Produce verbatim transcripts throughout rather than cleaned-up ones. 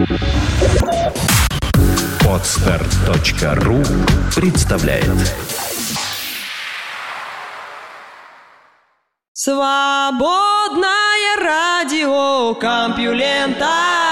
Подстар точка ру представляет. Свободное радио Компьюлента.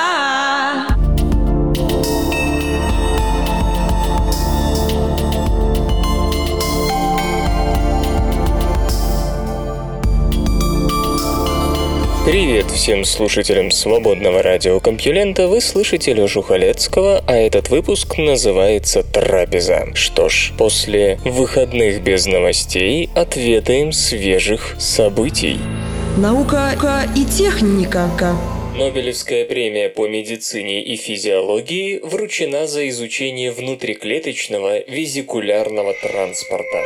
Привет всем слушателям свободного радио Компьюлента, вы слышите Лёшу Халецкого, а этот выпуск называется «Трапеза». Что ж, после выходных без новостей отведаем свежих событий. Наука и техника. Нобелевская премия по медицине и физиологии вручена за изучение внутриклеточного везикулярного транспорта.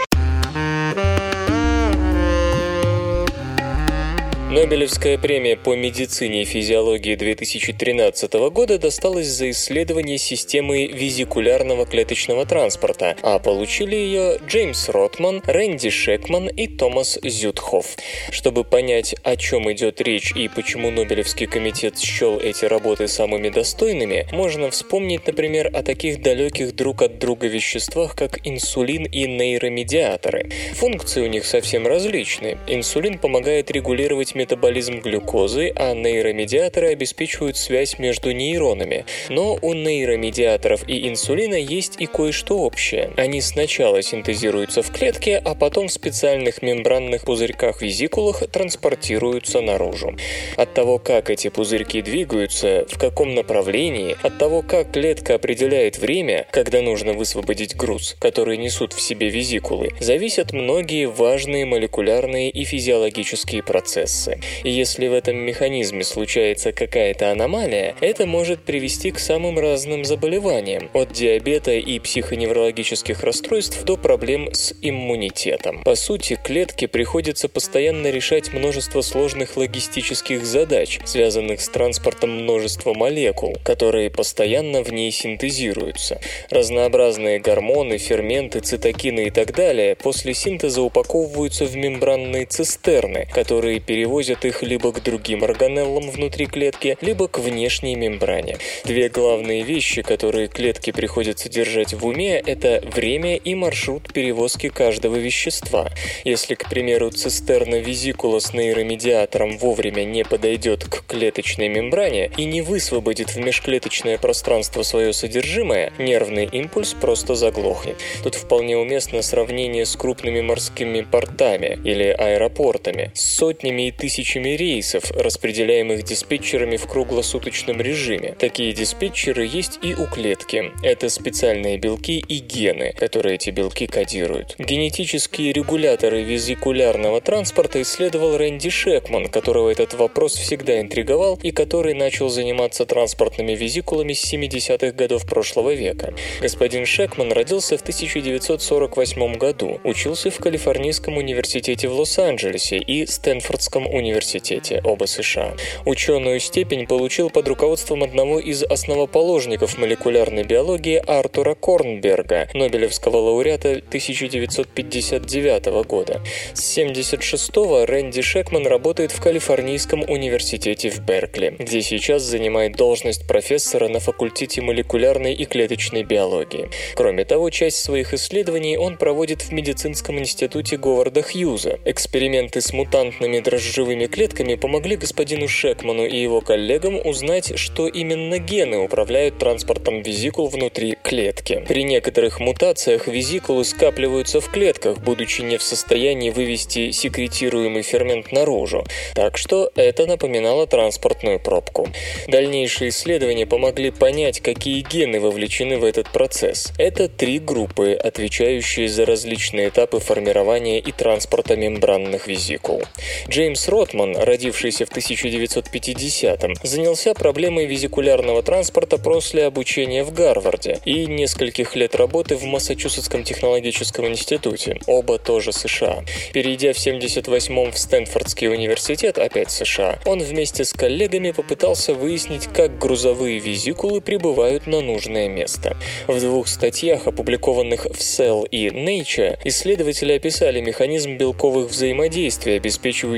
Нобелевская премия по медицине и физиологии две тысячи тринадцатого года досталась за исследование системы везикулярного клеточного транспорта, а получили ее Джеймс Ротман, Рэнди Шекман и Томас Зютхоф. Чтобы понять, о чем идет речь и почему Нобелевский комитет счел эти работы самыми достойными, можно вспомнить, например, о таких далеких друг от друга веществах, как инсулин и нейромедиаторы. Функции у них совсем различны. Инсулин помогает регулировать метаболизм глюкозы, а нейромедиаторы обеспечивают связь между нейронами. Но у нейромедиаторов и инсулина есть и кое-что общее. Они сначала синтезируются в клетке, а потом в специальных мембранных пузырьках-везикулах транспортируются наружу. От того, как эти пузырьки двигаются, в каком направлении, от того, как клетка определяет время, когда нужно высвободить груз, который несут в себе везикулы, зависят многие важные молекулярные и физиологические процессы. И если в этом механизме случается какая-то аномалия, это может привести к самым разным заболеваниям, от диабета и психоневрологических расстройств до проблем с иммунитетом. По сути, клетке приходится постоянно решать множество сложных логистических задач, связанных с транспортом множества молекул, которые постоянно в ней синтезируются. Разнообразные гормоны, ферменты, цитокины и так далее после синтеза упаковываются в мембранные цистерны, которые перевозят их либо к другим органеллам внутри клетки, либо к внешней мембране. Две главные вещи, которые клетке приходится держать в уме, это время и маршрут перевозки каждого вещества. Если, к примеру, цистерна везикула с нейромедиатором вовремя не подойдет к клеточной мембране и не высвободит в межклеточное пространство свое содержимое, нервный импульс просто заглохнет. Тут вполне уместно сравнение с крупными морскими портами или аэропортами, с сотнями и тысячами рейсов, распределяемых диспетчерами в круглосуточном режиме. Такие диспетчеры есть и у клетки. Это специальные белки и гены, которые эти белки кодируют. Генетические регуляторы везикулярного транспорта исследовал Рэнди Шекман, которого этот вопрос всегда интриговал и который начал заниматься транспортными везикулами с семидесятых годов прошлого века. Господин Шекман родился в тысяча девятьсот сорок восьмом году, учился в Калифорнийском университете в Лос-Анджелесе и Стэнфордском университете, оба США. Ученую степень получил под руководством одного из основоположников молекулярной биологии Артура Корнберга, Нобелевского лауреата тысяча девятьсот пятьдесят девятого года. С семьдесят шестого Рэнди Шекман работает в Калифорнийском университете в Беркли, где сейчас занимает должность профессора на факультете молекулярной и клеточной биологии. Кроме того, часть своих исследований он проводит в медицинском институте Говарда Хьюза. Эксперименты с мутантными дрожжевыми клетками помогли господину Шекману и его коллегам узнать, что именно гены управляют транспортом везикул внутри клетки. При некоторых мутациях везикулы скапливаются в клетках, будучи не в состоянии вывести секретируемый фермент наружу. Так что это напоминало транспортную пробку. Дальнейшие исследования помогли понять, какие гены вовлечены в этот процесс. Это три группы, отвечающие за различные этапы формирования и транспорта мембранных везикул. Джеймс Ротман, родившийся в тысяча девятьсот пятидесятом, занялся проблемой везикулярного транспорта после обучения в Гарварде и нескольких лет работы в Массачусетском технологическом институте, оба тоже США. Перейдя в семьдесят восьмом в Стэнфордский университет, опять США, он вместе с коллегами попытался выяснить, как грузовые везикулы прибывают на нужное место. В двух статьях, опубликованных в Cell и Nature, исследователи описали механизм белковых взаимодействий, обеспечивающий адресацию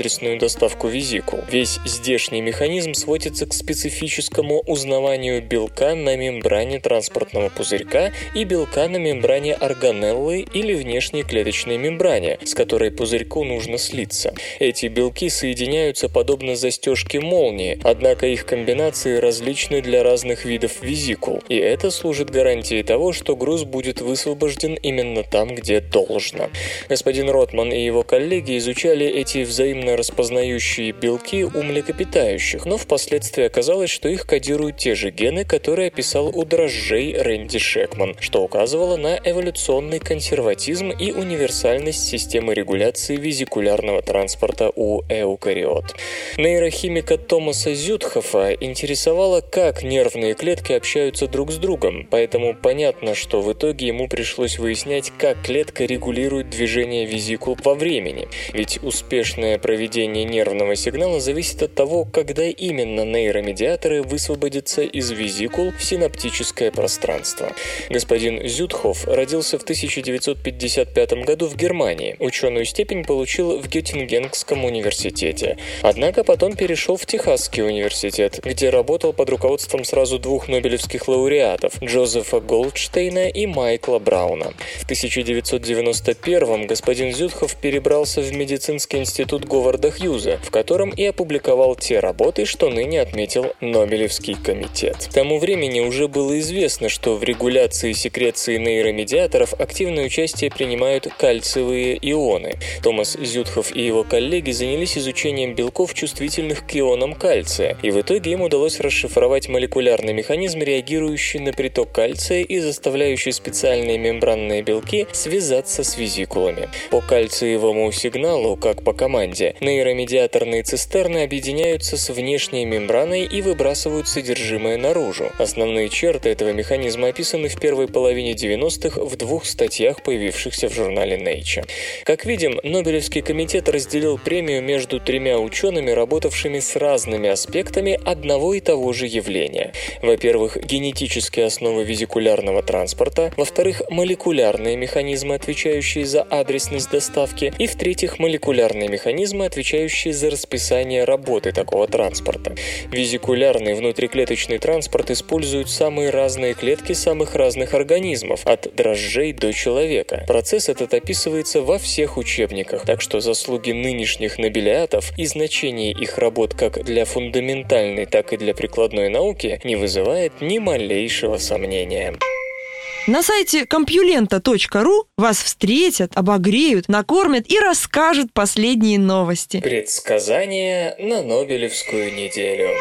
адресную доставку визикул. Весь здешний механизм сводится к специфическому узнаванию белка на мембране транспортного пузырька и белка на мембране органеллы или внешней клеточной мембране, с которой пузырьку нужно слиться. Эти белки соединяются подобно застежке молнии, однако их комбинации различны для разных видов визикул, и это служит гарантией того, что груз будет высвобожден именно там, где должно. Господин Ротман и его коллеги изучали эти взаимно распознающие белки у млекопитающих, но впоследствии оказалось, что их кодируют те же гены, которые описал у дрожжей Рэнди Шекман, что указывало на эволюционный консерватизм и универсальность системы регуляции визикулярного транспорта у эукариот. Нейрохимика Томаса Зютхофа интересовало, как нервные клетки общаются друг с другом, поэтому понятно, что в итоге ему пришлось выяснять, как клетка регулирует движение визикул во времени, ведь успешное проведение нервного сигнала зависит от того, когда именно нейромедиаторы высвободятся из визикул в синаптическое пространство. Господин Зютхоф родился в тысяча девятьсот пятьдесят пятом году в Германии. Ученую степень получил в Геттингенском университете. Однако потом перешел в Техасский университет, где работал под руководством сразу двух нобелевских лауреатов – Джозефа Голдштейна и Майкла Брауна. В тысяча девятьсот девяносто первом господин Зютхоф перебрался в медицинский институт Говарда Хьюза, в котором и опубликовал те работы, что ныне отметил Нобелевский комитет. К тому времени уже было известно, что в регуляции секреции нейромедиаторов активное участие принимают кальциевые ионы. Томас Зютхоф и его коллеги занялись изучением белков, чувствительных к ионам кальция, и в итоге им удалось расшифровать молекулярный механизм, реагирующий на приток кальция и заставляющий специальные мембранные белки связаться с визикулами. По кальциевому сигналу, как по команде, нейромедиаторные цистерны объединяются с внешней мембраной и выбрасывают содержимое наружу. Основные черты этого механизма описаны в первой половине девяностых в двух статьях, появившихся в журнале Nature. Как видим, Нобелевский комитет разделил премию между тремя учеными, работавшими с разными аспектами одного и того же явления. Во-первых, генетические основы визикулярного транспорта, во-вторых, молекулярные механизмы, отвечающие за адресность доставки, и в-третьих, молекулярные механизмы, отвечающие за расписание работы такого транспорта. Визикулярный внутриклеточный транспорт используют самые разные клетки самых разных организмов, от дрожжей до человека. Процесс этот описывается во всех учебниках, так что заслуги нынешних нобелиатов и значение их работ как для фундаментальной, так и для прикладной науки не вызывает ни малейшего сомнения. На сайте компьюлента точка ру вас встретят, обогреют, накормят и расскажут последние новости. Предсказания на Нобелевскую неделю.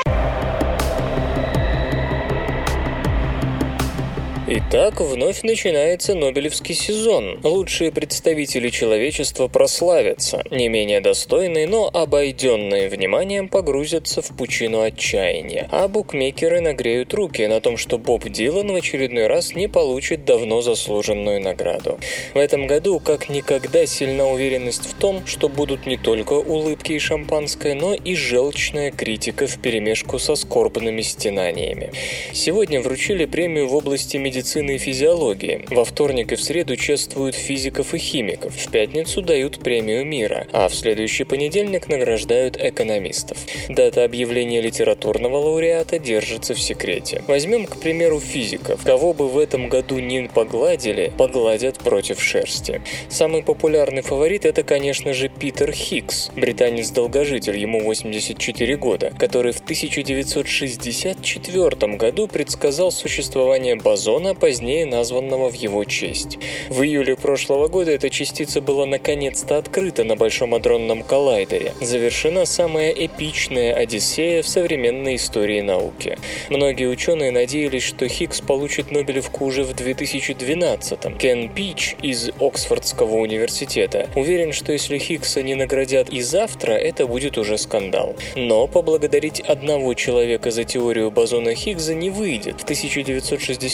Итак, вновь начинается Нобелевский сезон. Лучшие представители человечества прославятся. Не менее достойные, но обойденные вниманием погрузятся в пучину отчаяния. А букмекеры нагреют руки на том, что Боб Дилан в очередной раз не получит давно заслуженную награду. В этом году как никогда сильна уверенность в том, что будут не только улыбки и шампанское, но и желчная критика вперемешку со скорбными стенаниями. Сегодня вручили премию в области медицины медицины и физиологии. Во вторник и в среду чествуют физиков и химиков. В пятницу дают премию мира, а в следующий понедельник награждают экономистов. Дата объявления литературного лауреата держится в секрете. Возьмем, к примеру, физиков. Кого бы в этом году не погладили, погладят против шерсти. Самый популярный фаворит — это, конечно же, Питер Хиггс, британец-долгожитель, ему восемьдесят четыре года, который в тысяча девятьсот шестьдесят четвёртом году предсказал существование бозона, позднее названного в его честь. В июле прошлого года эта частица была наконец-то открыта на Большом адронном коллайдере. Завершена самая эпичная одиссея в современной истории науки. Многие ученые надеялись, что Хиггс получит Нобелевку уже в две тысячи двенадцатом. Кен Пич из Оксфордского университета уверен, что если Хиггса не наградят и завтра, это будет уже скандал. Но поблагодарить одного человека за теорию бозона Хиггса не выйдет. В тысяча девятьсот шестьдесят четвёртом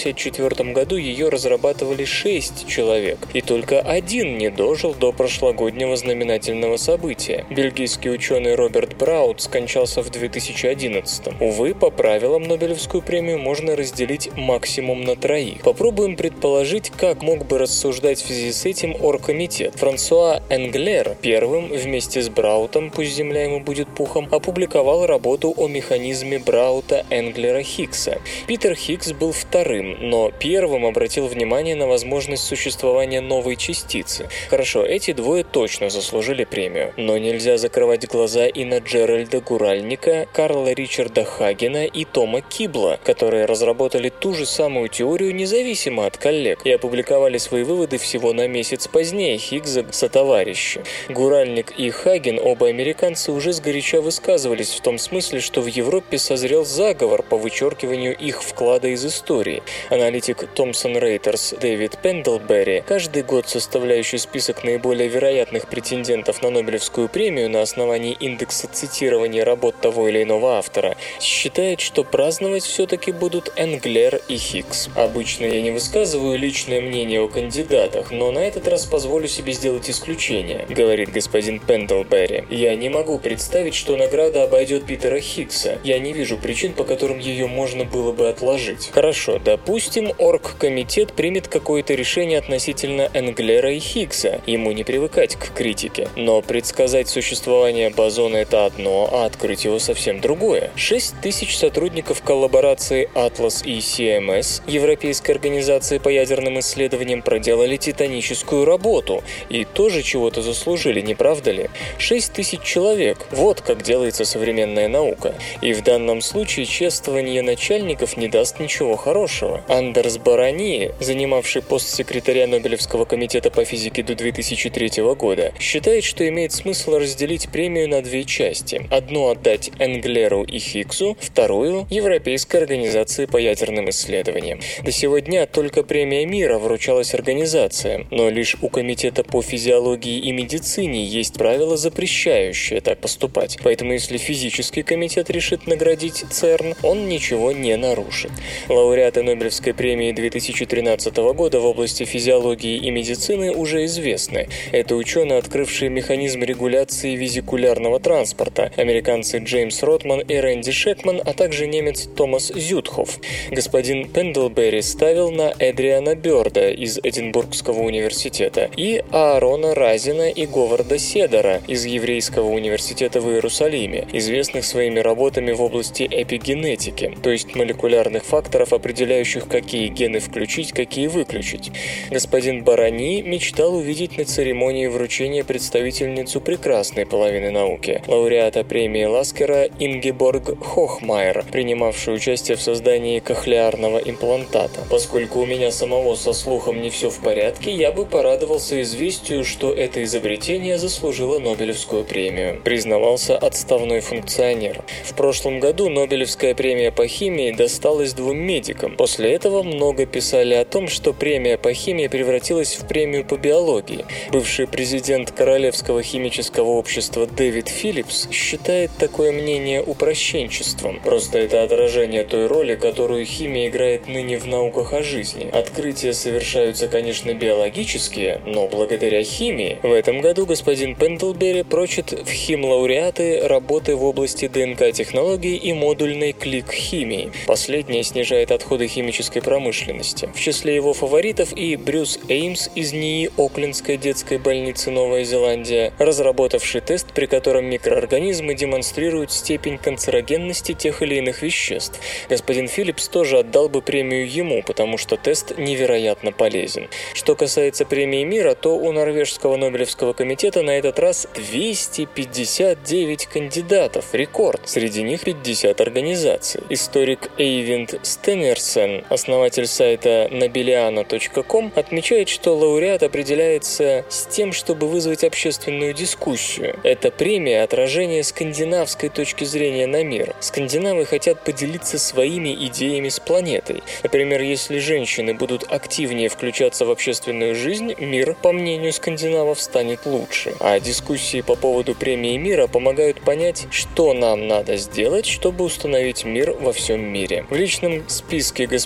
четвёртом году ее разрабатывали шесть человек, и только один не дожил до прошлогоднего знаменательного события. Бельгийский ученый Роберт Браут скончался в две тысячи одиннадцатом. Увы, по правилам Нобелевскую премию можно разделить максимум на троих. Попробуем предположить, как мог бы рассуждать в связи с этим оргкомитет. Франсуа Энглер первым вместе с Браутом, пусть земля ему будет пухом, опубликовал работу о механизме Браута-Энглера-Хиггса. Питер Хиггс был вторым, но первым обратил внимание на возможность существования новой частицы. Хорошо, эти двое точно заслужили премию, но нельзя закрывать глаза и на Джеральда Гуральника, Карла Ричарда Хагена и Тома Кибла, которые разработали ту же самую теорию независимо от коллег и опубликовали свои выводы всего на месяц позднее Хиггса сотоварищи. Гуральник и Хаген, оба американцы, уже сгоряча высказывались в том смысле, что в Европе созрел заговор по вычеркиванию их вклада из истории. Аналитик Thomson Reuters Дэвид Пендлберри, каждый год составляющий список наиболее вероятных претендентов на Нобелевскую премию на основании индекса цитирования работ того или иного автора, считает, что праздновать все-таки будут Энглер и Хиггс. Обычно я не высказываю личное мнение о кандидатах, но на этот раз позволю себе сделать исключение, говорит господин Пендлберри. Я не могу представить, что награда обойдет Питера Хиггса. Я не вижу причин, по которым ее можно было бы отложить. Хорошо, допустим, оргкомитет примет какое-то решение относительно Энглера и Хиггса. Ему не привыкать к критике. Но предсказать существование бозона — это одно, а открыть его совсем другое. Шесть тысяч сотрудников коллаборации Atlas и си эм эс, Европейской организации по ядерным исследованиям, проделали титаническую работу и тоже чего-то заслужили, не правда ли? Шесть тысяч человек. Вот как делается современная наука. И в данном случае чествование начальников не даст ничего хорошего. Андерс Барани, занимавший пост секретаря Нобелевского комитета по физике до две тысячи третьего года, считает, что имеет смысл разделить премию на две части. Одну отдать Энглеру и Хиггсу, вторую – Европейской организации по ядерным исследованиям. До сего дня только премия мира вручалась организациям, но лишь у Комитета по физиологии и медицине есть правило, запрещающее так поступать. Поэтому если физический комитет решит наградить ЦЕРН, он ничего не нарушит. Лауреаты Нобелевской премии две тысячи тринадцатого года в области физиологии и медицины уже известны. Это ученые, открывшие механизм регуляции везикулярного транспорта, американцы Джеймс Ротман и Рэнди Шекман, а также немец Томас Зютхоф. Господин Пендлберри ставил на Эдриана Бёрда из Эдинбургского университета и Аарона Разина и Говарда Седера из Еврейского университета в Иерусалиме, известных своими работами в области эпигенетики, то есть молекулярных факторов, определяющих, какие гены включить, какие выключить. Господин Барани мечтал увидеть на церемонии вручения представительницу прекрасной половины науки, лауреата премии Ласкера Ингеборг Хохмайер, принимавшую участие в создании кохлеарного имплантата. Поскольку у меня самого со слухом не все в порядке, я бы порадовался известию, что это изобретение заслужило Нобелевскую премию, признавался отставной функционер. В прошлом году Нобелевская премия по химии досталась двум медикам. После этого много писали о том, что премия по химии превратилась в премию по биологии. Бывший президент Королевского химического общества Дэвид Филлипс считает такое мнение упрощенчеством. Просто это отражение той роли, которую химия играет ныне в науках о жизни. Открытия совершаются, конечно, биологические, но благодаря химии. В этом году господин Пендлберри прочит в химлауреаты работы в области ДНК-технологий и модульной клик-химии. Последняя снижает отходы химической промышленности. В числе его фаворитов и Брюс Эймс из НИИ Оклендской детской больницы Новая Зеландия, разработавший тест, при котором микроорганизмы демонстрируют степень канцерогенности тех или иных веществ. Господин Филлипс тоже отдал бы премию ему, потому что тест невероятно полезен. Что касается премии мира, то у норвежского Нобелевского комитета на этот раз двести пятьдесят девять кандидатов, рекорд. Среди них пятьдесят организаций. Историк Эйвинд Стенерсен, основатель сайта нобелиана точка ком, отмечает, что лауреат определяется с тем, чтобы вызвать общественную дискуссию. Эта премия – отражение скандинавской точки зрения на мир. Скандинавы хотят поделиться своими идеями с планетой. Например, если женщины будут активнее включаться в общественную жизнь, мир, по мнению скандинавов, станет лучше. А дискуссии по поводу премии мира помогают понять, что нам надо сделать, чтобы установить мир во всем мире. В личном списке господина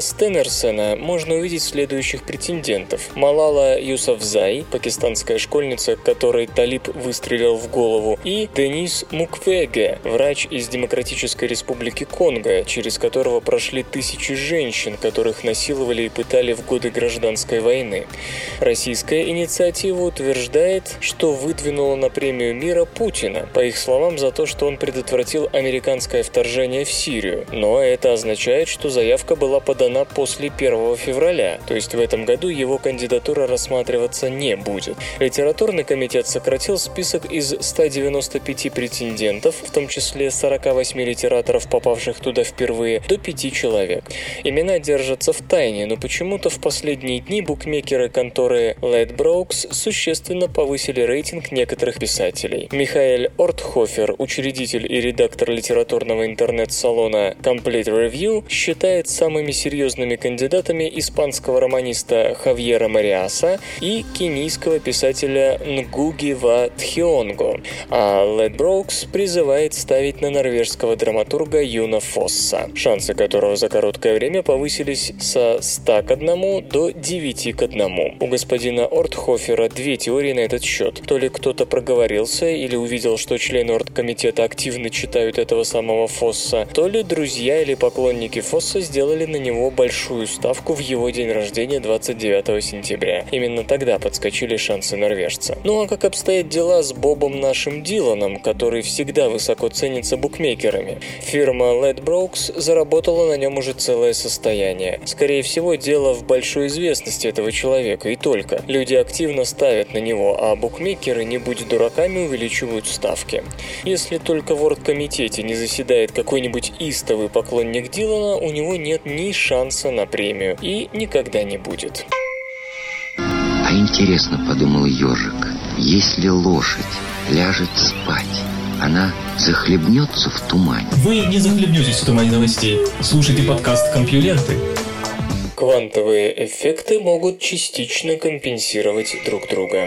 Стенерсена можно увидеть следующих претендентов. Малала Юсафзай, пакистанская школьница, которой Талиб выстрелил в голову, и Денис Муквеге, врач из Демократической Республики Конго, через которого прошли тысячи женщин, которых насиловали и пытали в годы гражданской войны. Российская инициатива утверждает, что выдвинула на премию мира Путина, по их словам, за то, что он предотвратил американское вторжение в Сирию. Но это означает, что заявка была подана после первого февраля, то есть в этом году его кандидатура рассматриваться не будет. Литературный комитет сократил список из ста девяноста пяти претендентов, в том числе сорока восьми литераторов, попавших туда впервые, до пяти человек. Имена держатся в тайне, но почему-то в последние дни букмекеры конторы Ladbrokes существенно повысили рейтинг некоторых писателей. Михаэль Ортхофер, учредитель и редактор литературного интернет-салона Complete Review, считает самыми серьезными кандидатами испанского романиста Хавьера Мариаса и кенийского писателя Нгуги ва Тхионго, а Ladbrokes призывает ставить на норвежского драматурга Юна Фосса, шансы которого за короткое время повысились со ста к одному до девяти к одному. У господина Ортхофера две теории на этот счет. То ли кто-то проговорился или увидел, что члены оргкомитета активно читают этого самого Фосса, то ли друзья или поклонники Фосса сделали на него большую ставку в его день рождения двадцать девятого сентября. Именно тогда подскочили шансы норвежца. Ну а как обстоят дела с Бобом нашим Диланом, который всегда высоко ценится букмекерами? Фирма Ladbrokes заработала на нем уже целое состояние. Скорее всего, дело в большой известности этого человека, и только. Люди активно ставят на него, а букмекеры, не будь дураками, увеличивают ставки. Если только в оргкомитете не заседает какой-нибудь истовый поклонник Дилана, у него нет ни шанса на премию, и никогда не будет. А интересно, подумал ежик, если лошадь ляжет спать, она захлебнется в тумане? Вы не захлебнетесь в тумане новостей. Слушайте подкаст «Компьюленты». Квантовые эффекты могут частично компенсировать друг друга.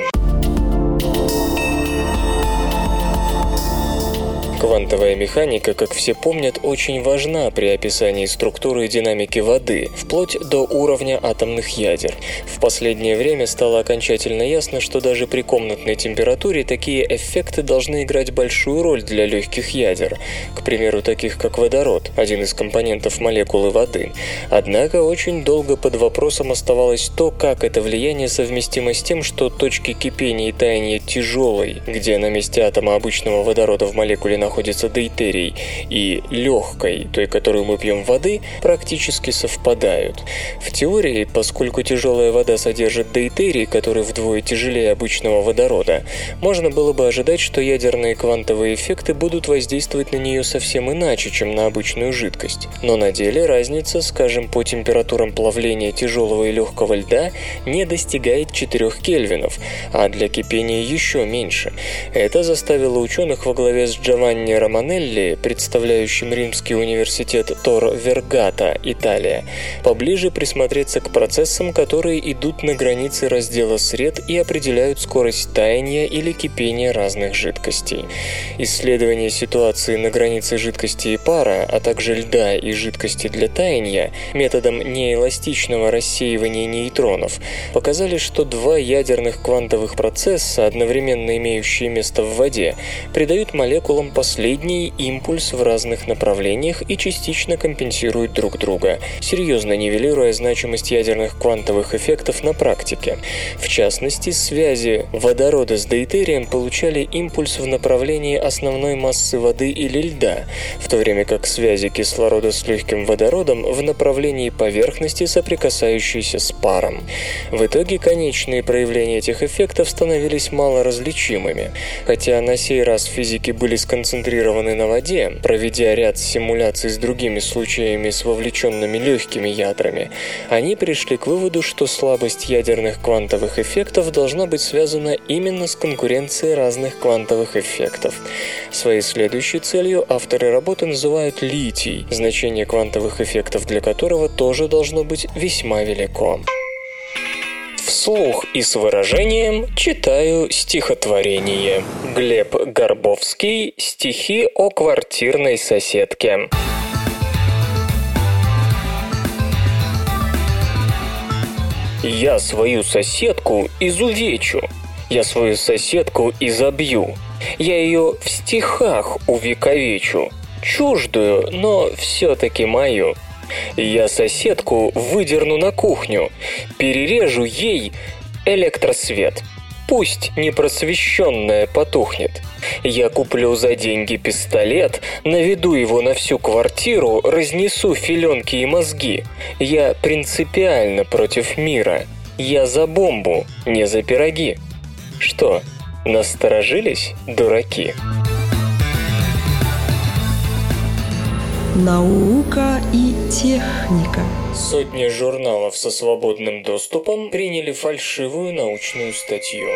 Квантовая механика, как все помнят, очень важна при описании структуры и динамики воды, вплоть до уровня атомных ядер. В последнее время стало окончательно ясно, что даже при комнатной температуре такие эффекты должны играть большую роль для легких ядер, к примеру, таких как водород, один из компонентов молекулы воды. Однако очень долго под вопросом оставалось то, как это влияние совместимо с тем, что точки кипения и таяния тяжелой, где на месте атома обычного водорода в молекуле находится дейтерий, и легкой, той, которую мы пьем воды, практически совпадают. В теории, поскольку тяжелая вода содержит дейтерий, который вдвое тяжелее обычного водорода, можно было бы ожидать, что ядерные квантовые эффекты будут воздействовать на нее совсем иначе, чем на обычную жидкость. Но на деле разница, скажем, по температурам плавления тяжелого и легкого льда не достигает четырёх кельвинов, а для кипения еще меньше. Это заставило ученых во главе с Джованни Романелли, представляющим Римский университет Тор Вергата, Италия, поближе присмотреться к процессам, которые идут на границе раздела сред и определяют скорость таяния или кипения разных жидкостей. Исследование ситуации на границе жидкости и пара, а также льда и жидкости для таяния методом неэластичного рассеивания нейтронов показали, что два ядерных квантовых процесса, одновременно имеющие место в воде, придают молекулам последний импульс в разных направлениях и частично компенсируют друг друга, серьезно нивелируя значимость ядерных квантовых эффектов на практике. В частности, связи водорода с дейтерием получали импульс в направлении основной массы воды или льда, в то время как связи кислорода с легким водородом в направлении поверхности, соприкасающейся с паром. В итоге конечные проявления этих эффектов становились малоразличимыми. Хотя на сей раз физики были сконцентрированы на воде, проведя ряд симуляций с другими случаями с вовлеченными легкими ядрами, они пришли к выводу, что слабость ядерных квантовых эффектов должна быть связана именно с конкуренцией разных квантовых эффектов. Своей следующей целью авторы работы называют литий, значение квантовых эффектов для которого тоже должно быть весьма велико. Вслух и с выражением читаю стихотворение. Глеб Горбовский. Стихи о квартирной соседке. Я свою соседку изувечу. Я свою соседку изобью. Я ее в стихах увековечу. Чуждую, но все-таки мою. Я соседку выдерну на кухню. Перережу ей электросвет. Пусть непросвещенная потухнет. Я куплю за деньги пистолет, наведу его на всю квартиру, разнесу филенки и мозги. Я принципиально против мира. Я за бомбу, не за пироги. Что, насторожились, дураки? Наука и техника. Сотни журналов со свободным доступом приняли фальшивую научную статью.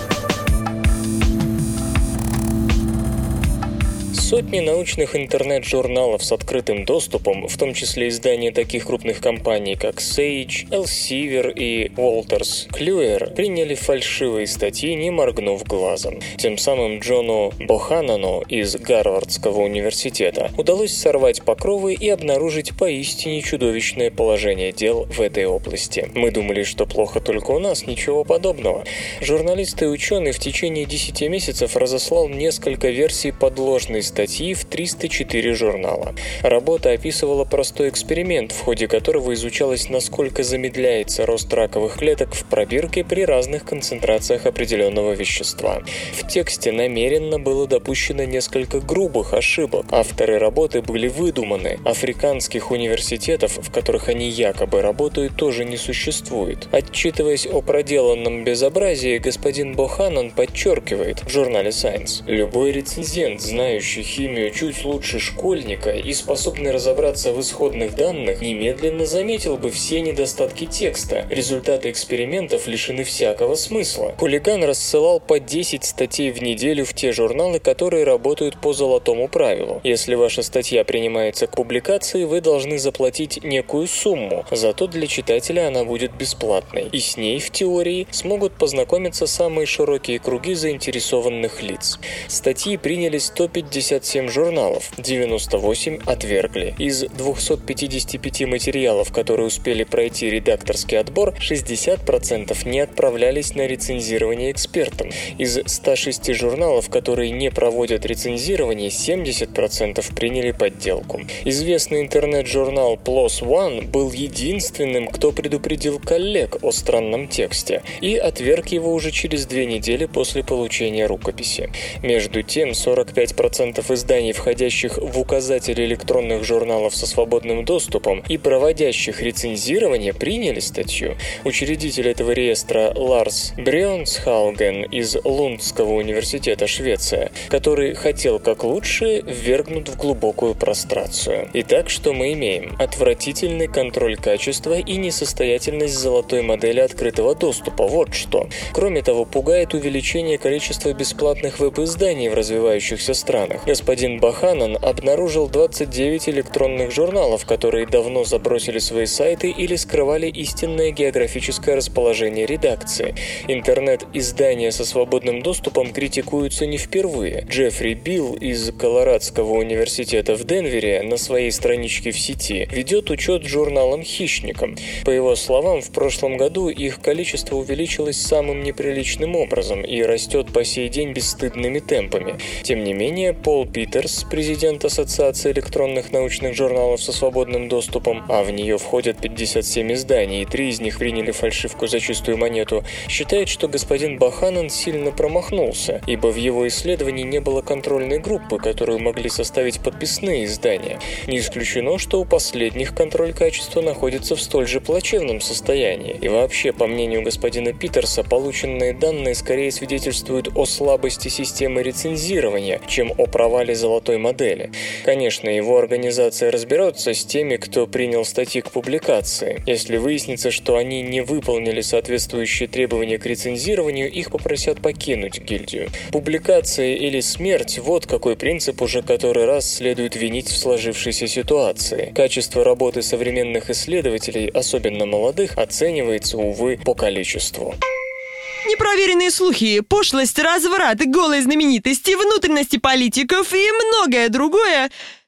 Сотни научных интернет-журналов с открытым доступом, в том числе издания таких крупных компаний, как Sage, Elsevier и Wolters Kluwer, приняли фальшивые статьи, не моргнув глазом. Тем самым Джону Боханану из Гарвардского университета удалось сорвать покровы и обнаружить поистине чудовищное положение дел в этой области. Мы думали, что плохо только у нас, ничего подобного. Журналист и ученый в течение десяти месяцев разослал несколько версий подложной статьи статьи в триста четыре журнала. Работа описывала простой эксперимент, в ходе которого изучалось, насколько замедляется рост раковых клеток в пробирке при разных концентрациях определенного вещества. В тексте намеренно было допущено несколько грубых ошибок. Авторы работы были выдуманы. Африканских университетов, в которых они якобы работают, тоже не существует. Отчитываясь о проделанном безобразии, господин Боханан подчеркивает в журнале Science: любой рецензент, знающий химию чуть лучше школьника и способный разобраться в исходных данных, немедленно заметил бы все недостатки текста. Результаты экспериментов лишены всякого смысла. Хулиган рассылал по десять статей в неделю в те журналы, которые работают по золотому правилу. Если ваша статья принимается к публикации, вы должны заплатить некую сумму, зато для читателя она будет бесплатной. И с ней, в теории, смогут познакомиться самые широкие круги заинтересованных лиц. Статьи приняли сто пятьдесят семь журналов, девяносто восемь отвергли. Из двухсот пятидесяти пяти материалов, которые успели пройти редакторский отбор, шестьдесят процентов не отправлялись на рецензирование экспертам. Из ста шести журналов, которые не проводят рецензирование, семьдесят процентов приняли подделку. Известный интернет-журнал пи эл о эс один был единственным, кто предупредил коллег о странном тексте и отверг его уже через две недели после получения рукописи. Между тем, сорок пять процентов изданий, входящих в указатель электронных журналов со свободным доступом и проводящих рецензирование, приняли статью. Учредитель этого реестра Ларс Брёнсхауген из Лундского университета, Швеция, который хотел как лучше, ввергнут в глубокую прострацию. Итак, что мы имеем? Отвратительный контроль качества и несостоятельность золотой модели открытого доступа. Вот что. Кроме того, пугает увеличение количества бесплатных веб-изданий в развивающихся странах. Господин Боханан обнаружил двадцать девять электронных журналов, которые давно забросили свои сайты или скрывали истинное географическое расположение редакции. Интернет-издания со свободным доступом критикуются не впервые. Джеффри Билл из Колорадского университета в Денвере на своей страничке в сети ведет учет журналам-хищникам. По его словам, в прошлом году их количество увеличилось самым неприличным образом и растет по сей день бесстыдными темпами. Тем не менее, Пол Питерс, президент Ассоциации электронных научных журналов со свободным доступом, а в нее входят пятьдесят семь изданий, и три из них приняли фальшивку за чистую монету, считает, что господин Боханан сильно промахнулся, ибо в его исследовании не было контрольной группы, которую могли составить подписные издания. Не исключено, что у последних контроль качества находится в столь же плачевном состоянии. И вообще, по мнению господина Питерса, полученные данные скорее свидетельствуют о слабости системы рецензирования, чем о провале золотой модели. Конечно, его организация разберется с теми, кто принял статьи к публикации. Если выяснится, что они не выполнили соответствующие требования к рецензированию, их попросят покинуть гильдию. Публикация или смерть – вот какой принцип уже который раз следует винить в сложившейся ситуации. Качество работы современных исследователей, особенно молодых, оценивается, увы, по количеству. Непроверенные слухи, пошлость, разврат, голые знаменитости, внутренности политиков и многое другое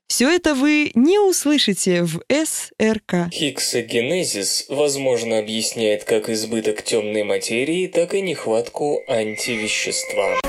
Все это вы не услышите в эс эр ка. Хиггсогенезис, возможно, объясняет как избыток темной материи, так и нехватку антивещества.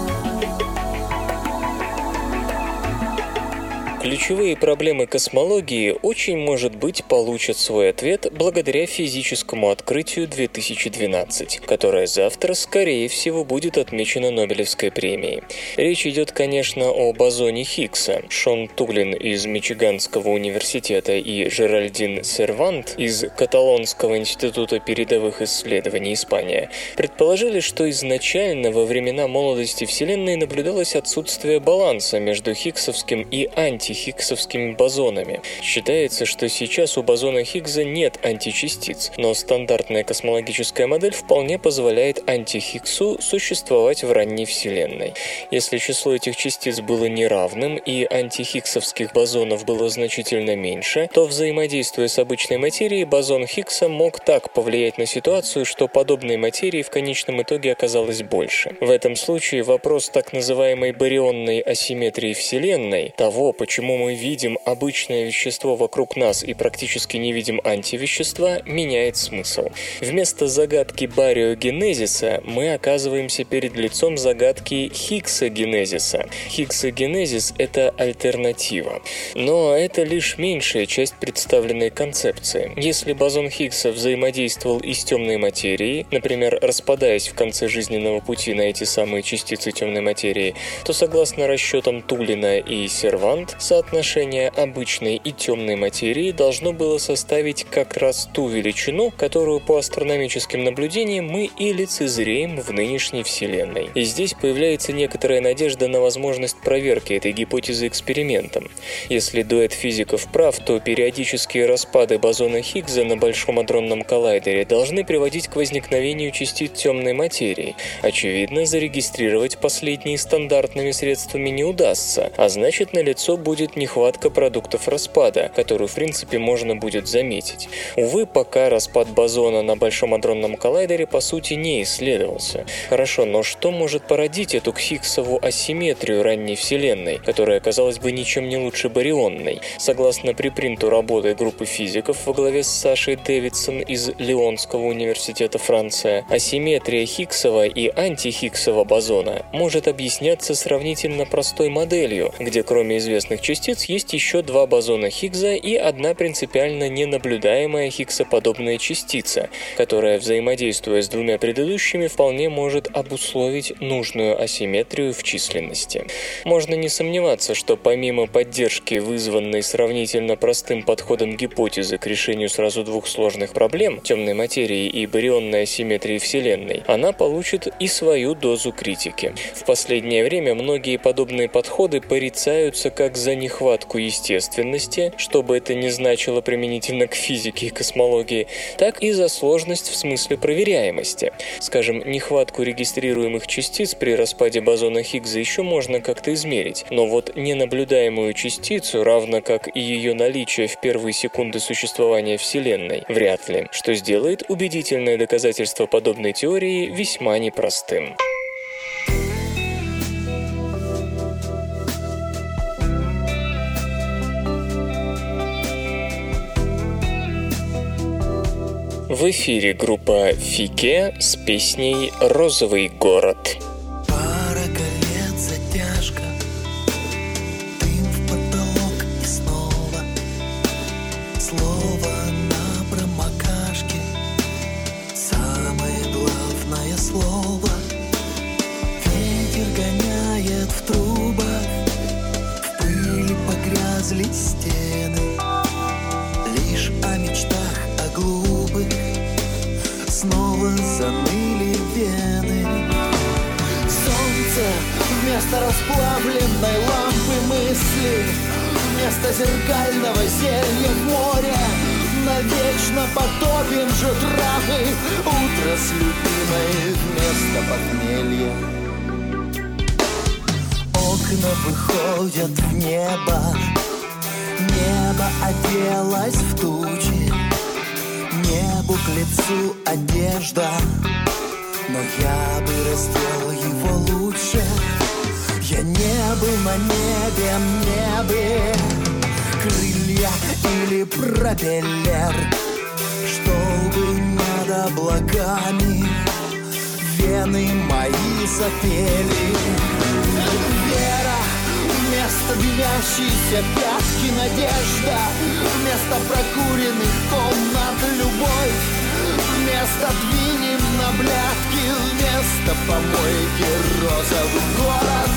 Ключевые проблемы космологии очень, может быть, получат свой ответ благодаря физическому открытию две тысячи двенадцать, которое завтра, скорее всего, будет отмечено Нобелевской премией. Речь идет, конечно, о бозоне Хиггса. Шон Тулин из Мичиганского университета и Жеральдин Сервант из Каталонского института передовых исследований Испания предположили, что изначально во времена молодости Вселенной наблюдалось отсутствие баланса между хиггсовским и анти хиггсовскими бозонами. Считается, что сейчас у бозона Хиггса нет античастиц, но стандартная космологическая модель вполне позволяет антихиггсу существовать в ранней Вселенной. Если число этих частиц было неравным и антихиггсовских бозонов было значительно меньше, то, взаимодействуя с обычной материей, бозон Хиггса мог так повлиять на ситуацию, что подобной материи в конечном итоге оказалось больше. В этом случае вопрос так называемой барионной асимметрии Вселенной, того, почему Почему мы видим обычное вещество вокруг нас и практически не видим антивещества, меняет смысл. Вместо загадки бариогенезиса мы оказываемся перед лицом загадки хиггсогенезиса. Хиггсогенезис – это альтернатива. Но это лишь меньшая часть представленной концепции. Если бозон Хиггса взаимодействовал и с темной материей, например, распадаясь в конце жизненного пути на эти самые частицы темной материи, то согласно расчетам Тулина и Сервант, соотношение обычной и темной материи должно было составить как раз ту величину, которую по астрономическим наблюдениям мы и лицезреем в нынешней Вселенной. И здесь появляется некоторая надежда на возможность проверки этой гипотезы экспериментом. Если дуэт физиков прав, то периодические распады бозона Хиггса на Большом адронном коллайдере должны приводить к возникновению частиц темной материи. Очевидно, зарегистрировать последние стандартными средствами не удастся, а значит, налицо будет нехватка продуктов распада, которую в принципе можно будет заметить. Увы, пока распад бозона на Большом адронном коллайдере по сути не исследовался. Хорошо, но что может породить эту Хиггсову асимметрию ранней Вселенной, которая, казалось бы, ничем не лучше барионной? Согласно препринту работы группы физиков во главе с Сашей Дэвидсон из Лионского университета Франция, асимметрия Хиггсова и антихиггсова бозона может объясняться сравнительно простой моделью, где кроме известных частиц есть еще два бозона Хиггса и одна принципиально ненаблюдаемая хиггсоподобная частица, которая, взаимодействуя с двумя предыдущими, вполне может обусловить нужную асимметрию в численности. Можно не сомневаться, что помимо поддержки, вызванной сравнительно простым подходом гипотезы к решению сразу двух сложных проблем – темной материи и барионной асимметрии Вселенной, она получит и свою дозу критики. В последнее время многие подобные подходы порицаются как за нехватку естественности, что бы это ни значило применительно к физике и космологии, так и за сложность в смысле проверяемости. Скажем, нехватку регистрируемых частиц при распаде бозона Хиггса еще можно как-то измерить, но вот ненаблюдаемую частицу, равно как и ее наличие в первые секунды существования Вселенной, вряд ли, что сделает убедительное доказательство подобной теории весьма непростым. В эфире группа Фике с песней «Розовый город». Пара колец, затяжка, дым в потолок и снова слово на промокашке, самое главное слово. Ветер гоняет в трубах, в пыли погрязли стены, лишь о мечтах, о глупых снова заныли вены. Солнце вместо расплавленной лампы мысли, вместо зеркального зелья в море, навечно потопим же травы. Утро с любимой вместо похмелья. Окна выходят в небо, небо оделось в тучи, небу к лицу одежда, но я бы раздел его лучше. Я не был на небе, мне бы крылья или пропеллер, чтобы над облаками вены мои запели. Вера вместо дымящейся пятки надежда, вместо прокуренных комнат любовь, вместо двинем на блядки, вместо помойки розовый город.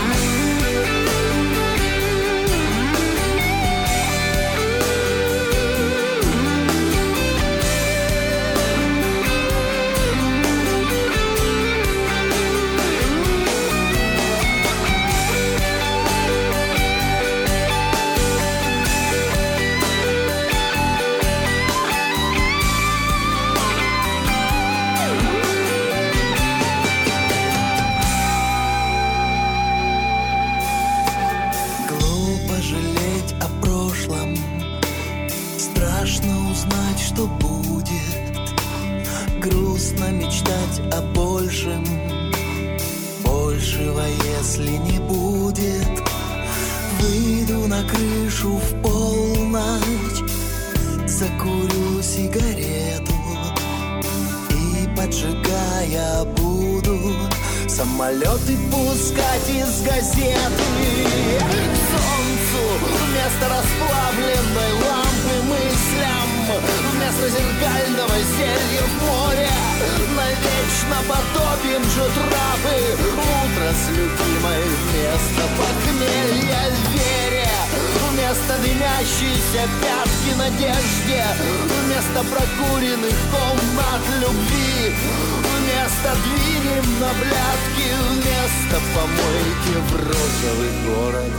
Грустно мечтать о большем, большего, если не будет. Выйду на крышу в полночь, закурю сигарету и, поджигая, буду самолеты пускать из газеты. К солнцу вместо расплавленной лампы мыслям, вместо зеркального зелья в море навечно потопим же трапы. Утро с любимой вместо похмелья вере, вместо дымящейся пятки надежде, вместо прокуренных комнат любви, вместо двинем на блядки, вместо помойки в розовый город.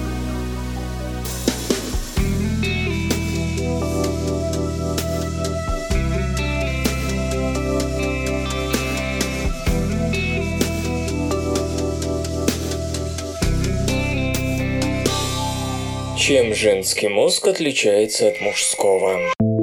Чем женский мозг отличается от мужского?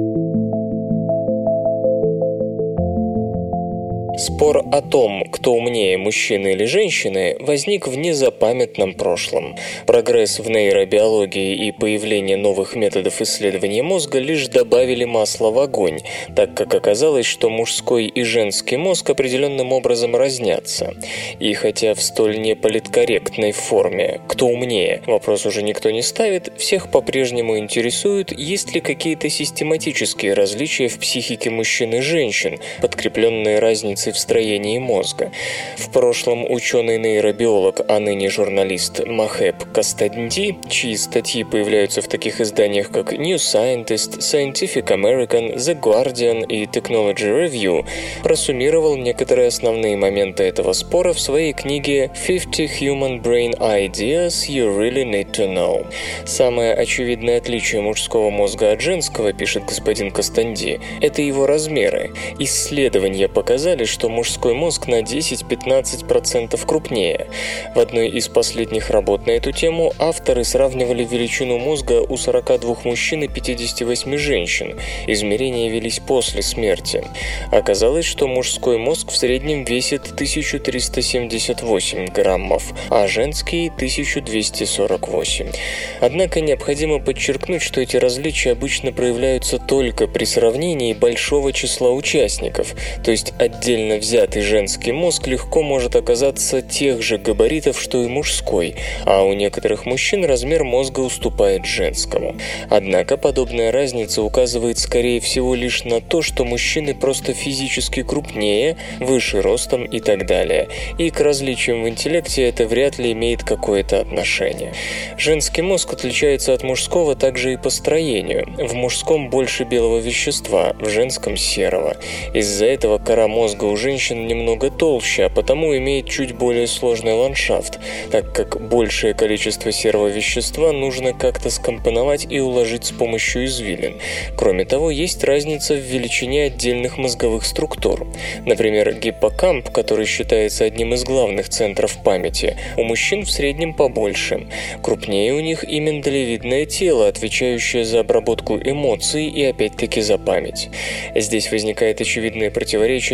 Спор о том, кто умнее, мужчины или женщины, возник в незапамятном прошлом. Прогресс в нейробиологии и появление новых методов исследования мозга лишь добавили масла в огонь, так как оказалось, что мужской и женский мозг определенным образом разнятся. И хотя в столь неполиткорректной форме «кто умнее» вопрос уже никто не ставит, всех по-прежнему интересует, есть ли какие-то систематические различия в психике мужчин и женщин, подкрепленные разницей в строении мозга. В прошлом ученый-нейробиолог, а ныне журналист Махеп Кастаднди, чьи статьи появляются в таких изданиях, как New Scientist, Scientific American, The Guardian и Technology Review, просуммировал некоторые основные моменты этого спора в своей книге fifty Human Brain Ideas You Really Need to Know. Самое очевидное отличие мужского мозга от женского, пишет господин Кастаднди, это его размеры. Исследования показали, что мужской мозг на десять-пятнадцать процентов крупнее. В одной из последних работ на эту тему авторы сравнивали величину мозга у сорока двух мужчин и пятидесяти восьми женщин. Измерения велись после смерти. Оказалось, что мужской мозг в среднем весит тысяча триста семьдесят восемь граммов, а женский – тысяча двести сорок восемь. Однако необходимо подчеркнуть, что эти различия обычно проявляются только при сравнении большого числа участников, то есть отдельно взятый женский мозг легко может оказаться тех же габаритов, что и мужской, а у некоторых мужчин размер мозга уступает женскому. Однако подобная разница указывает скорее всего лишь на то, что мужчины просто физически крупнее, выше ростом и так далее, и к различиям в интеллекте это вряд ли имеет какое-то отношение. Женский мозг отличается от мужского также и по строению. В мужском больше белого вещества, в женском серого. Из-за этого кора мозга у женщин немного толще, а потому имеет чуть более сложный ландшафт, так как большее количество серого вещества нужно как-то скомпоновать и уложить с помощью извилин. Кроме того, есть разница в величине отдельных мозговых структур. Например, гиппокамп, который считается одним из главных центров памяти, у мужчин в среднем побольше. Крупнее у них и миндалевидное тело, отвечающее за обработку эмоций и опять-таки за память. Здесь возникает очевидное противоречие с обычным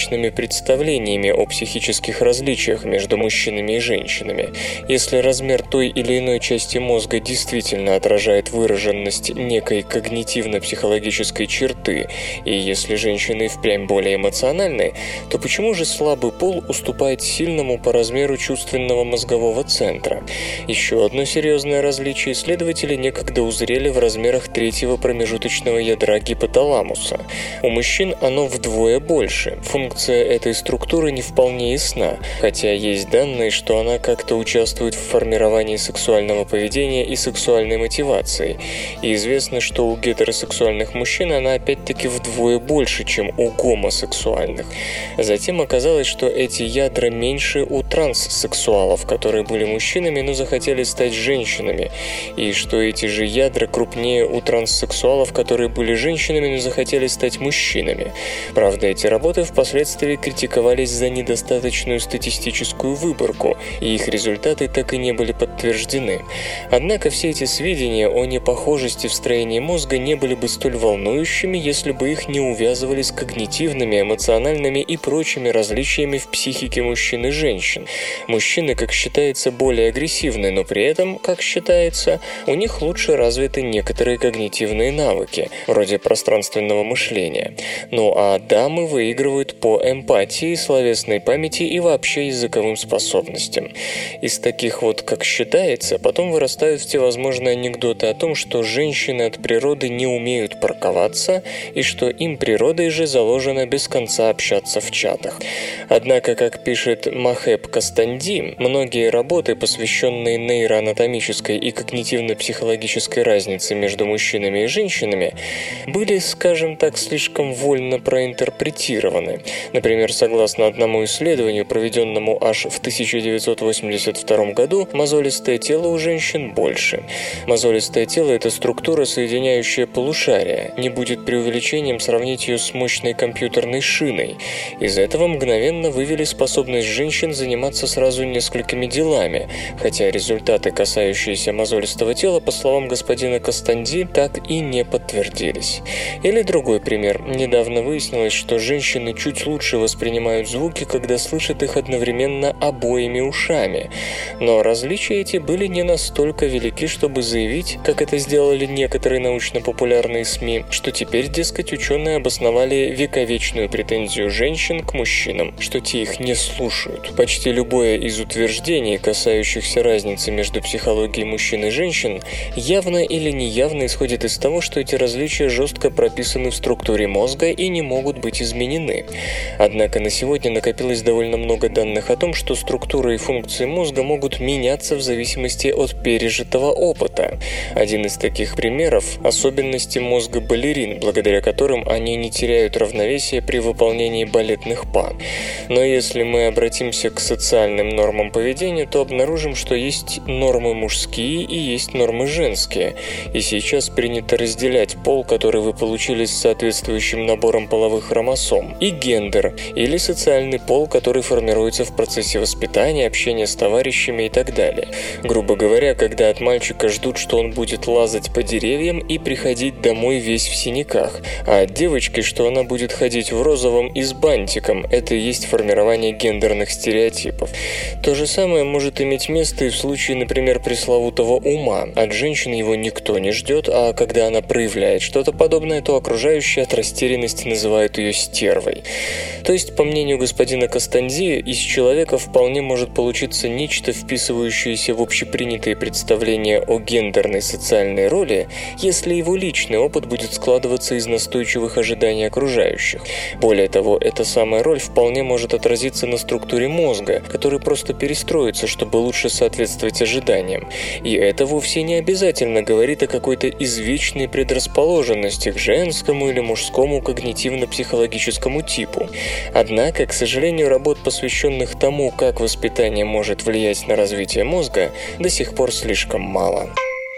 ошибочными представлениями о психических различиях между мужчинами и женщинами. Если размер той или иной части мозга действительно отражает выраженность некой когнитивно-психологической черты, и если женщины впрямь более эмоциональны, то почему же слабый пол уступает сильному по размеру чувственного мозгового центра? Еще одно серьезное различие исследователи некогда узрели в размерах третьего промежуточного ядра гипоталамуса. У мужчин оно вдвое больше. Функция этой структуры не вполне ясна, хотя есть данные, что она как-то участвует в формировании сексуального поведения и сексуальной мотивации. И известно, что у гетеросексуальных мужчин она опять-таки вдвое больше, чем у гомосексуальных. Затем оказалось, что эти ядра меньше у транссексуалов, которые были мужчинами, но захотели стать женщинами, и что эти же ядра крупнее у транссексуалов, которые были женщинами, но захотели стать мужчинами. Правда, эти работы впоследствии критиковались за недостаточную статистическую выборку, и их результаты так и не были подтверждены. Однако все эти сведения о непохожести в строении мозга не были бы столь волнующими, если бы их не увязывали с когнитивными, эмоциональными и прочими различиями в психике мужчин и женщин. Мужчины, как считается, более агрессивны, но при этом, как считается, у них лучше развиты некоторые когнитивные навыки, вроде пространственного мышления. Ну а дамы выигрывают по эмпатии, словесной памяти и вообще языковым способностям. Из таких вот, как считается, потом вырастают всевозможные анекдоты о том, что женщины от природы не умеют парковаться и что им природой же заложено без конца общаться в чатах. Однако, как пишет Махеб Кастанди, многие работы, посвященные нейроанатомической и когнитивно-психологической разнице между мужчинами и женщинами, были, скажем так, слишком вольно проинтерпретированы. Например, согласно одному исследованию, проведенному аж в тысяча девятьсот восемьдесят втором году, мозолистое тело у женщин больше. Мозолистое тело – это структура, соединяющая полушария. Не будет преувеличением сравнить ее с мощной компьютерной шиной. Из этого мгновенно вывели способность женщин заниматься сразу несколькими делами, хотя результаты, касающиеся мозолистого тела, по словам господина Кастанди, так и не подтвердились. Или другой пример. Недавно выяснилось, что женщины чуть лучше воспринимают звуки, когда слышат их одновременно обоими ушами. Но различия эти были не настолько велики, чтобы заявить, как это сделали некоторые научно-популярные СМИ, что теперь, дескать, ученые обосновали вековечную претензию женщин к мужчинам, что те их не слушают. Почти любое из утверждений, касающихся разницы между психологией мужчин и женщин, явно или неявно исходит из того, что эти различия жестко прописаны в структуре мозга и не могут быть изменены. Однако на сегодня накопилось довольно много данных о том, что структура и функции мозга могут меняться в зависимости от пережитого опыта. Один из таких примеров – особенности мозга балерин, благодаря которым они не теряют равновесие при выполнении балетных па. Но если мы обратимся к социальным нормам поведения, то обнаружим, что есть нормы мужские и есть нормы женские. И сейчас принято разделять пол, который вы получили с соответствующим набором половых хромосом, и гендер, или социальный пол, который формируется в процессе воспитания, общения с товарищами и так далее. Грубо говоря, когда от мальчика ждут, что он будет лазать по деревьям и приходить домой весь в синяках, а от девочки, что она будет ходить в розовом и с бантиком, это и есть формирование гендерных стереотипов. То же самое может иметь место и в случае, например, пресловутого ума. От женщины его никто не ждет, а когда она проявляет что-то подобное, то окружающие от растерянности называют ее стервой. То есть, по мнению господина Кастанди, из человека вполне может получиться нечто, вписывающееся в общепринятые представления о гендерной социальной роли, если его личный опыт будет складываться из настойчивых ожиданий окружающих. Более того, эта самая роль вполне может отразиться на структуре мозга, который просто перестроится, чтобы лучше соответствовать ожиданиям. И это вовсе не обязательно говорит о какой-то извечной предрасположенности к женскому или мужскому когнитивно-психологическому типу. Однако, к сожалению, работ, посвященных тому, как воспитание может влиять на развитие мозга, до сих пор слишком мало.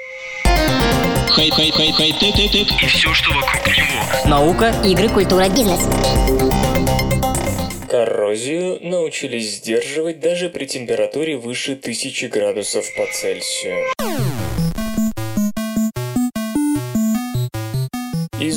Хай-хай-хай-хай-тек-тек-тек и все, что вокруг него. Наука, игры, культура, бизнес. Коррозию научились сдерживать даже при температуре выше тысячи градусов по Цельсию. Из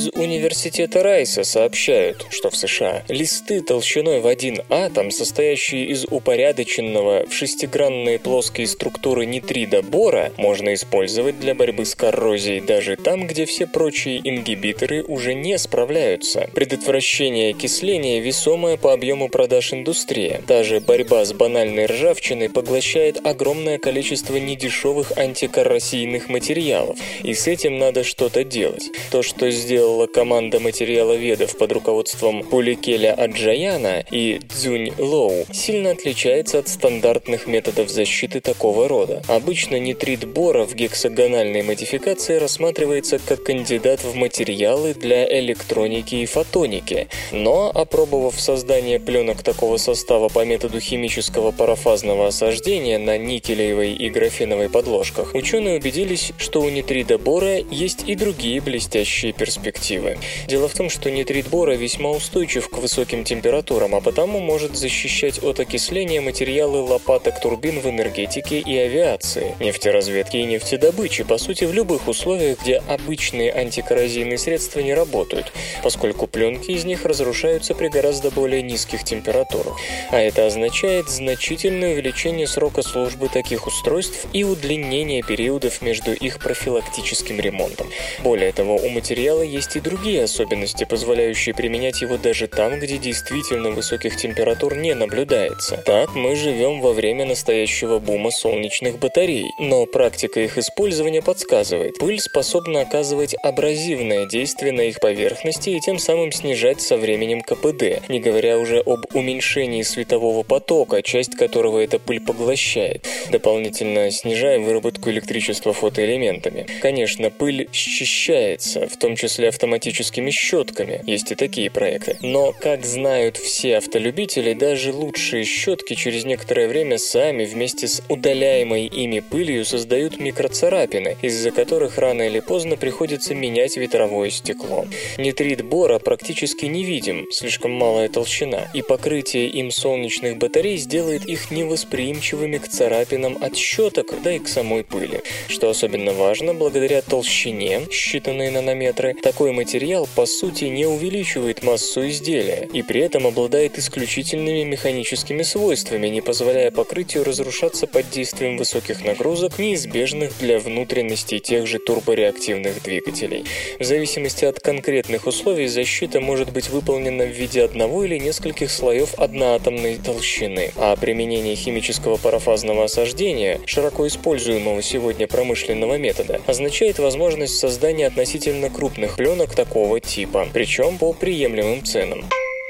университета Райса сообщают, что в США листы толщиной в один атом, состоящие из упорядоченного в шестигранные плоские структуры нитрида бора, можно использовать для борьбы с коррозией даже там, где все прочие ингибиторы уже не справляются. Предотвращение окисления – весомая по объему продаж индустрия. Даже борьба с банальной ржавчиной поглощает огромное количество недешевых антикоррозийных материалов, и с этим надо что-то делать. То, что сделала команда материаловедов под руководством Пуликеля Аджаяна и Цзюнь Лоу, сильно отличается от стандартных методов защиты такого рода. Обычно нитрид бора в гексагональной модификации рассматривается как кандидат в материалы для электроники и фотоники, но, опробовав создание пленок такого состава по методу химического парафазного осаждения на никелевой и графеновой подложках, ученые убедились, что у нитрида бора есть и другие блестящие перспективы. Дело в том, что нитрид бора весьма устойчив к высоким температурам, а потому может защищать от окисления материалы лопаток турбин в энергетике и авиации, нефтеразведке и нефтедобыче, по сути, в любых условиях, где обычные антикоррозийные средства не работают, поскольку пленки из них разрушаются при гораздо более низких температурах. А это означает значительное увеличение срока службы таких устройств и удлинение периодов между их профилактическим ремонтом. Более того, у материала есть и другие особенности, позволяющие применять его даже там, где действительно высоких температур не наблюдается. Так, мы живем во время настоящего бума солнечных батарей, но практика их использования подсказывает, пыль способна оказывать абразивное действие на их поверхности и тем самым снижать со временем ка пэ дэ, не говоря уже об уменьшении светового потока, часть которого эта пыль поглощает, дополнительно снижая выработку электричества фотоэлементами. Конечно, пыль счищается, в том числе автоматическими щетками, есть и такие проекты. Но, как знают все автолюбители, даже лучшие щетки через некоторое время сами вместе с удаляемой ими пылью создают микроцарапины, из-за которых рано или поздно приходится менять ветровое стекло. Нитрид бора практически невидим, слишком малая толщина, и покрытие им солнечных батарей сделает их невосприимчивыми к царапинам от щеток, да и к самой пыли. Что особенно важно, благодаря толщине, считанные нанометры, такой материал по сути не увеличивает массу изделия и при этом обладает исключительными механическими свойствами, не позволяя покрытию разрушаться под действием высоких нагрузок, неизбежных для внутренностей тех же турбореактивных двигателей. В зависимости от конкретных условий защита может быть выполнена в виде одного или нескольких слоев одноатомной толщины, а применение химического парафазного осаждения, широко используемого сегодня промышленного метода, означает возможность создания относительно крупных пленок такого типа, причем по приемлемым ценам.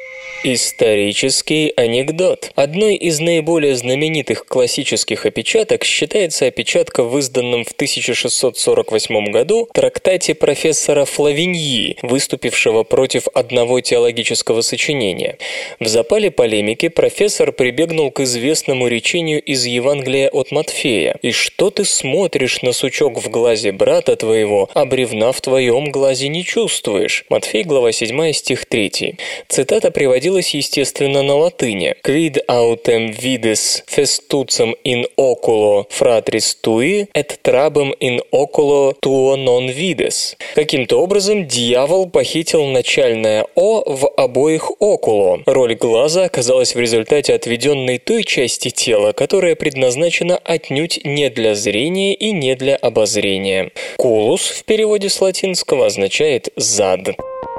Исторический анекдот. Одной из наиболее знаменитых классических опечаток считается опечатка в изданном в тысяча шестьсот сорок восьмом году трактате профессора Флавиньи, выступившего против одного теологического сочинения. В запале полемики профессор прибегнул к известному речению из Евангелия от Матфея: «И что ты смотришь на сучок в глазе брата твоего, а бревна в твоем глазе не чувствуешь?» Матфей, глава седьмая, стих третий. Цитата приводилась естественно на латыни. «Quid autem vides festucem in oculo fratris tui, et trabem in oculo tuo non vides». Каким-то образом дьявол похитил начальное «о» в обоих «окуло». Роль глаза оказалась в результате отведенной той части тела, которая предназначена отнюдь не для зрения и не для обозрения. «Кулус» в переводе с латинского означает «зад».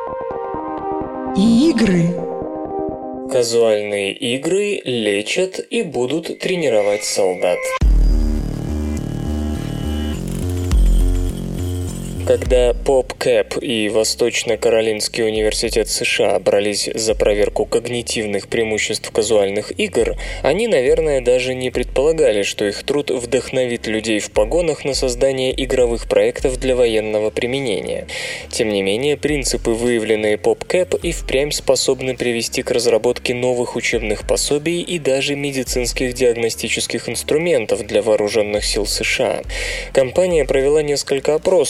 Игры. Казуальные игры лечат и будут тренировать солдат. Когда PopCap и Восточно-Каролинский университет США брались за проверку когнитивных преимуществ казуальных игр, они, наверное, даже не предполагали, что их труд вдохновит людей в погонах на создание игровых проектов для военного применения. Тем не менее, принципы, выявленные PopCap, и впрямь способны привести к разработке новых учебных пособий и даже медицинских диагностических инструментов для вооруженных сил США. Компания провела несколько опросов, выяснив,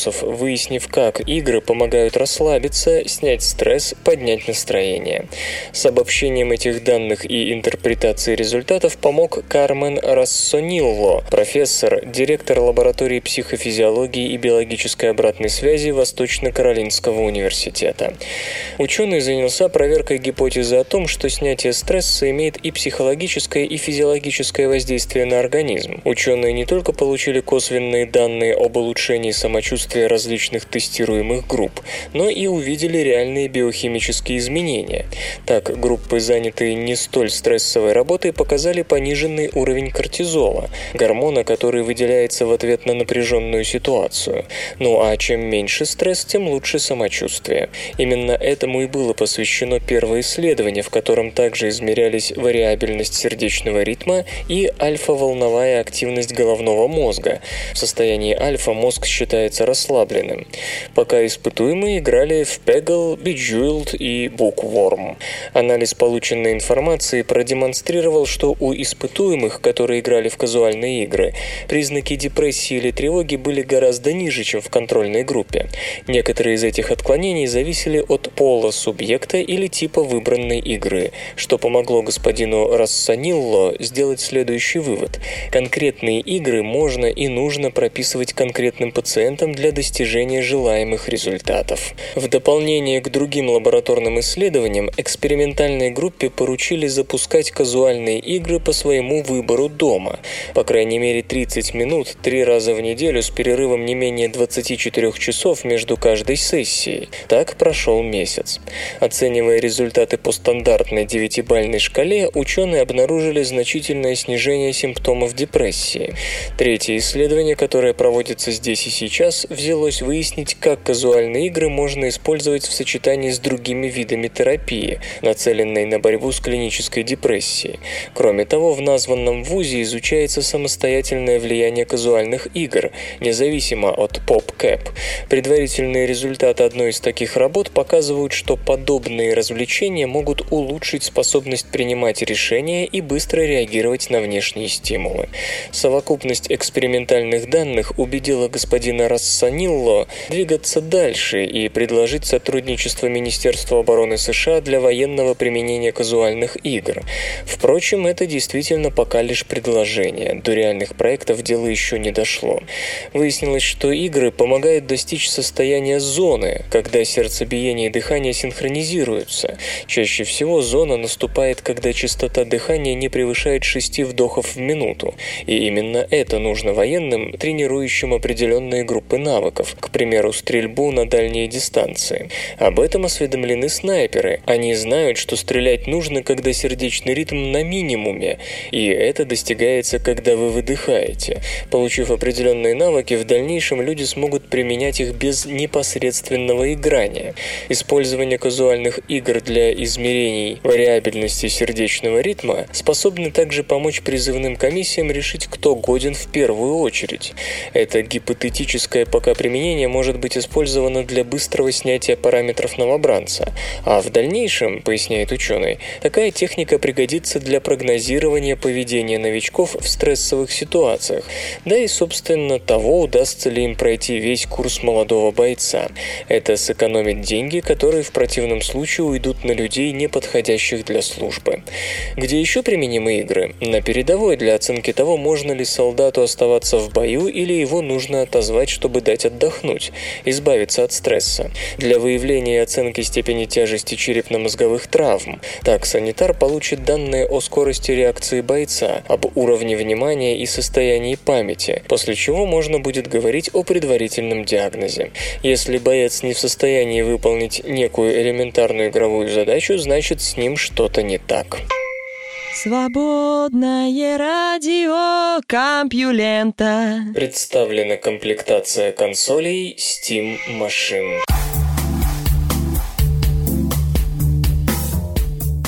выяснив, как игры помогают расслабиться, снять стресс, поднять настроение. С обобщением этих данных и интерпретацией результатов помог Кармен Рассонилло, профессор, директор лаборатории психофизиологии и биологической обратной связи Восточно-Каролинского университета. Ученый занялся проверкой гипотезы о том, что снятие стресса имеет и психологическое, и физиологическое воздействие на организм. Ученые не только получили косвенные данные об улучшении самочувствия различных тестируемых групп, но и увидели реальные биохимические изменения. Так, группы, занятые не столь стрессовой работой, показали пониженный уровень кортизола, гормона, который выделяется в ответ на напряженную ситуацию. Ну а чем меньше стресс, тем лучше самочувствие. Именно этому и было посвящено первое исследование, в котором также измерялись вариабельность сердечного ритма и альфа-волновая активность головного мозга. В состоянии альфа мозг считается расслабленным. Пока испытуемые играли в Peggle, Bejeweled и Bookworm. Анализ полученной информации продемонстрировал, что у испытуемых, которые играли в казуальные игры, признаки депрессии или тревоги были гораздо ниже, чем в контрольной группе. Некоторые из этих отклонений зависели от пола субъекта или типа выбранной игры, что помогло господину Рассонилло сделать следующий вывод. Конкретные игры можно и нужно прописывать конкретным пациентам для достижения желаемых результатов. В дополнение к другим лабораторным исследованиям, экспериментальной группе поручили запускать казуальные игры по своему выбору дома. По крайней мере тридцать минут, три раза в неделю с перерывом не менее двадцати четырёх часов между каждой сессией. Так прошел месяц. Оценивая результаты по стандартной девятибалльной шкале, ученые обнаружили значительное снижение симптомов депрессии. Третье исследование, которое проводится здесь и сейчас, взялось выяснить, как казуальные игры можно использовать в сочетании с другими видами терапии, нацеленной на борьбу с клинической депрессией. Кроме того, в названном вузе изучается самостоятельное влияние казуальных игр, независимо от PopCap. Предварительные результаты одной из таких работ показывают, что подобные развлечения могут улучшить способность принимать решения и быстро реагировать на внешние стимулы. Совокупность экспериментальных данных убедила господина Рассонилло двигаться дальше и предложить сотрудничество Министерства обороны США для военного применения казуальных игр. Впрочем, это действительно пока лишь предложение. До реальных проектов дело еще не дошло. Выяснилось, что игры помогают достичь состояния зоны, когда сердцебиение и дыхание синхронизируются. Чаще всего зона наступает, когда частота дыхания не превышает шести вдохов в минуту. И именно это нужно военным, тренирующим определенные группы навыков, к примеру, стрельбу на дальние дистанции. Об этом осведомлены снайперы. Они знают, что стрелять нужно, когда сердечный ритм на минимуме, и это достигается, когда вы выдыхаете. Получив определенные навыки, в дальнейшем люди смогут применять их без непосредственного играния. Использование казуальных игр для измерений вариабельности сердечного ритма способны также помочь призывным комиссиям решить, кто годен в первую очередь. Это гипотетическое пока применение может быть использовано для быстрого снятия параметров новобранца, а в дальнейшем, поясняет ученый, такая техника пригодится для прогнозирования поведения новичков в стрессовых ситуациях, да и, собственно, того, удастся ли им пройти весь курс молодого бойца. Это сэкономит деньги, которые в противном случае уйдут на людей, не подходящих для службы. Где еще применимы игры? На передовой для оценки того, можно ли солдату оставаться в бою или его нужно отозвать, чтобы дать отдохнуть, избавиться от стресса. Для выявления и оценки степени тяжести черепно-мозговых травм. Так, санитар получит данные о скорости реакции бойца, об уровне внимания и состоянии памяти, после чего можно будет говорить о предварительном диагнозе. Если боец не в состоянии выполнить некую элементарную игровую задачу, значит, с ним что-то не так. Свободное радио Компьюлента. Представлена комплектация консолей Steam Machine.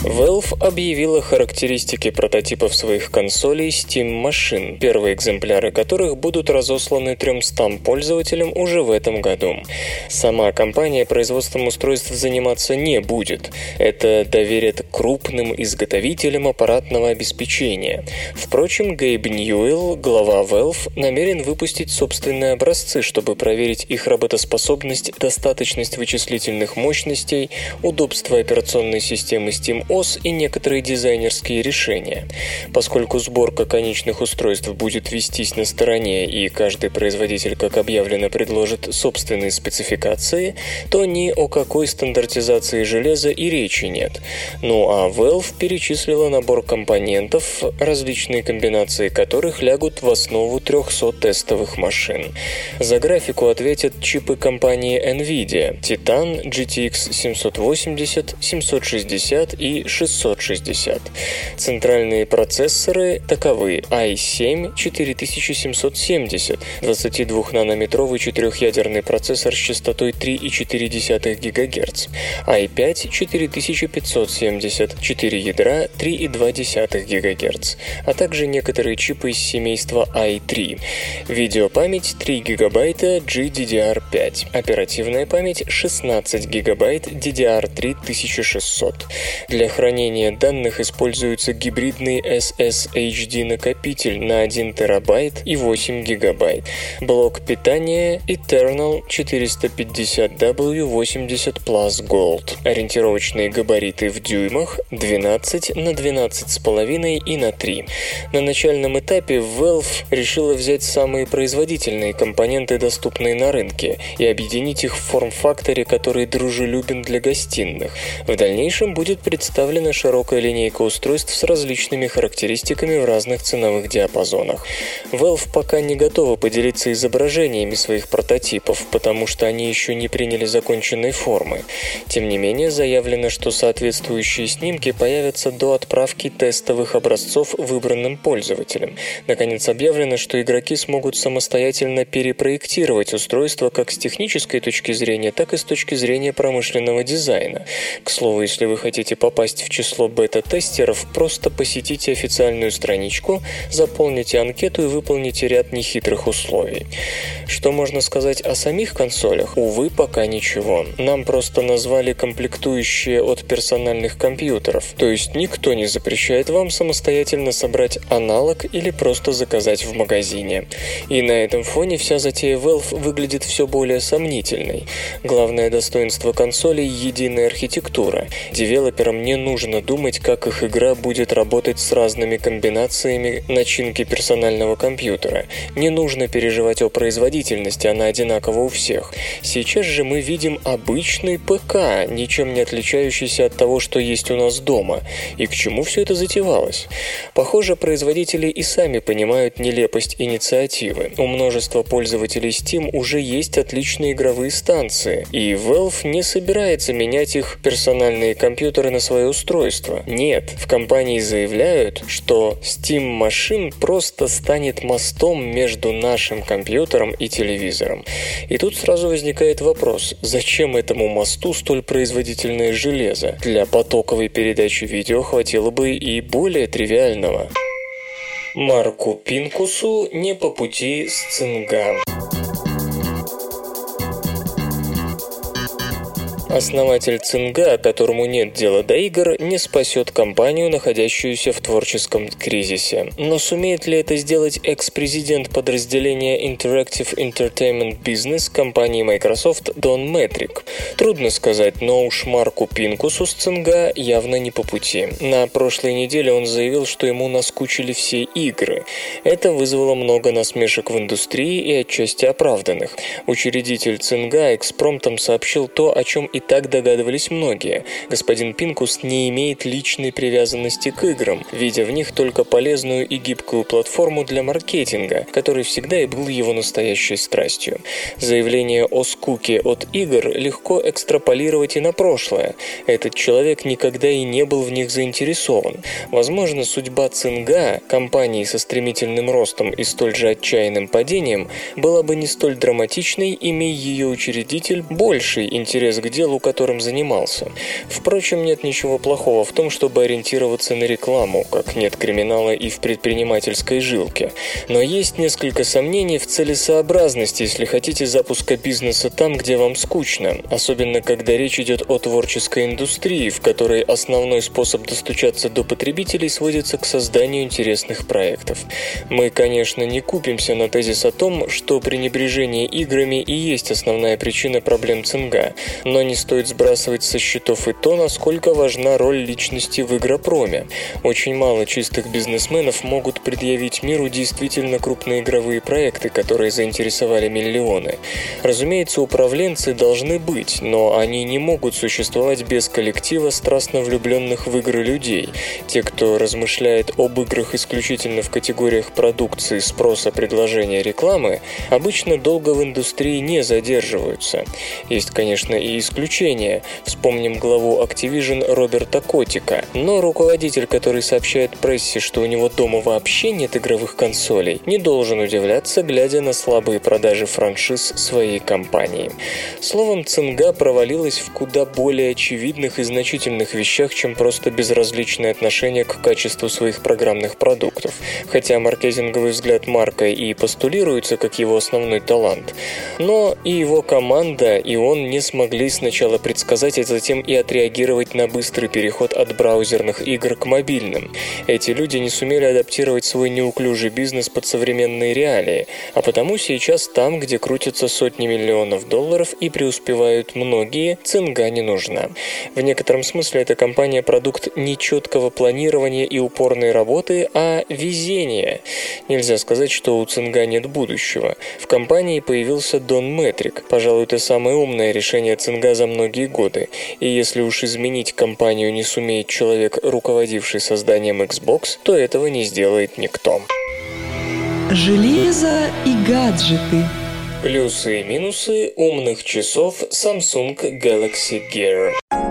Valve объявила характеристики прототипов своих консолей Steam Machine, первые экземпляры которых будут разосланы тремстам пользователям уже в этом году. Сама компания производством устройств заниматься не будет. Это доверят крупным изготовителям аппаратного обеспечения. Впрочем, Гейб Ньюэлл, глава Valve, намерен выпустить собственные образцы, чтобы проверить их работоспособность, достаточность вычислительных мощностей, удобство операционной системы SteamOS и некоторые дизайнерские решения. Поскольку сборка конечных устройств будет вестись на стороне и каждый производитель, как объявлено, предложит собственные спецификации, то ни о какой стандартизации железа и речи нет. Ну а Valve перечислила набор компонентов, различные комбинации которых лягут в основу трехсот тестовых машин. За графику ответят чипы компании NVIDIA Titan, джи ти экс семьсот восемьдесят, семьсот шестьдесят и шестьсот шестьдесят. Центральные процессоры таковы: ай семь четыре тысячи семьсот семьдесят, двадцатидвухнанометровый четырехъядерный процессор с частотой три и четыре десятых гигагерца, ай пять четыре тысячи пятьсот семьдесят, четыре ядра, три и две десятых гигагерца, а также некоторые чипы из семейства ай три. Видеопамять три гигабайта джи ди ди ар пять, оперативная память шестнадцать гигабайт ди ди ар три тысяча шестьсот. Для хранения данных используется гибридный эс эс эйч ди накопитель на один терабайт и восемь гигабайт. Блок питания Eternal четыреста пятьдесят дабл ю восемьдесят Plus Gold. Ориентировочные габариты в дюймах двенадцать на двенадцать с половиной и на три. На начальном этапе Valve решила взять самые производительные компоненты, доступные на рынке, и объединить их в форм-факторе, который дружелюбен для гостиных. В дальнейшем будет представлена широкая линейка устройств с различными характеристиками в разных ценовых диапазонах. Valve пока не готова поделиться изображениями своих прототипов, потому что они еще не приняли законченной формы. Тем не менее, заявлено, что соответствующие снимки появятся до отправки тестовых образцов выбранным пользователям. Наконец, объявлено, что игроки смогут самостоятельно перепроектировать устройство как с технической точки зрения, так и с точки зрения промышленного дизайна. К слову, если вы хотите попасть в число бета-тестеров, просто посетите официальную страничку, заполните анкету и выполните ряд нехитрых условий. Что можно сказать о самих консолях? Увы, пока ничего. Нам просто назвали комплектующие от персональных компьютеров, то есть никто не запрещает вам самостоятельно собрать аналог или просто заказать в магазине. И на этом фоне вся затея Valve выглядит все более сомнительной. Главное достоинство консолей — единая архитектура. Девелоперам не нужно думать, как их игра будет работать с разными комбинациями начинки персонального компьютера. Не нужно переживать о производительности, она одинакова у всех. Сейчас же мы видим обычный ПК, ничем не отличающийся от того, что есть у нас дома. И к чему все это затевалось? Похоже, производители и сами понимают нелепость инициативы. У множества пользователей Steam уже есть отличные игровые станции, и Valve не собирается менять их персональные компьютеры на свое устройство. Нет, в компании заявляют, что Steam Machine просто станет мостом между нашим компьютером и телевизором. И тут сразу возникает вопрос, зачем этому мосту столь производительное железо? Для потоковой передачи видео хватило бы и более тривиального. Марку Пинкусу не по пути с Цинга. Основатель Цинга, которому нет дела до игр, не спасет компанию, находящуюся в творческом кризисе. Но сумеет ли это сделать экс-президент подразделения Interactive Entertainment Business компании Microsoft Дон Метрик? Трудно сказать, но уж Марку Пинкусу с Цинга явно не по пути. На прошлой неделе он заявил, что ему наскучили все игры. Это вызвало много насмешек в индустрии и отчасти оправданных. Учредитель Цинга экспромтом сообщил то, о чем и так догадывались многие. Господин Пинкус не имеет личной привязанности к играм, видя в них только полезную и гибкую платформу для маркетинга, который всегда и был его настоящей страстью. Заявление о скуке от игр легко экстраполировать и на прошлое. Этот человек никогда и не был в них заинтересован. Возможно, судьба Цинга, компании со стремительным ростом и столь же отчаянным падением, была бы не столь драматичной, имея ее учредитель больший интерес к делу, делу, которым занимался. Впрочем, нет ничего плохого в том, чтобы ориентироваться на рекламу, как нет криминала и в предпринимательской жилке. Но есть несколько сомнений в целесообразности, если хотите, запуска бизнеса там, где вам скучно, особенно когда речь идет о творческой индустрии, в которой основной способ достучаться до потребителей сводится к созданию интересных проектов. Мы, конечно, не купимся на тезис о том, что пренебрежение играми и есть основная причина проблем Цинга, но не стоит сбрасывать со счетов и то, насколько важна роль личности в игропроме. Очень мало чистых бизнесменов могут предъявить миру действительно крупные игровые проекты, которые заинтересовали миллионы. Разумеется, управленцы должны быть, но они не могут существовать без коллектива страстно влюбленных в игры людей. Те, кто размышляет об играх исключительно в категориях продукции, спроса, предложения, рекламы, обычно долго в индустрии не задерживаются. Есть, конечно, и исключения. Вспомним главу Activision Роберта Котика. Но руководитель, который сообщает прессе, что у него дома вообще нет игровых консолей, не должен удивляться, глядя на слабые продажи франшиз своей компании. Словом, Цинга провалилась в куда более очевидных и значительных вещах, чем просто безразличное отношение к качеству своих программных продуктов. Хотя маркетинговый взгляд Марка и постулируется как его основной талант. Но и его команда, и он не смогли сначала предсказать, а затем и отреагировать на быстрый переход от браузерных игр к мобильным. Эти люди не сумели адаптировать свой неуклюжий бизнес под современные реалии, а потому сейчас там, где крутятся сотни миллионов долларов и преуспевают многие, Цинга не нужна. В некотором смысле эта компания – продукт не четкого планирования и упорной работы, а везения. Нельзя сказать, что у Цинга нет будущего. В компании появился Дон Метрик, пожалуй, это самое умное решение Цинга за многие годы. И если уж изменить компанию не сумеет человек, руководивший созданием Xbox, то этого не сделает никто. Железо и гаджеты. Плюсы и минусы умных часов Samsung Galaxy Gear.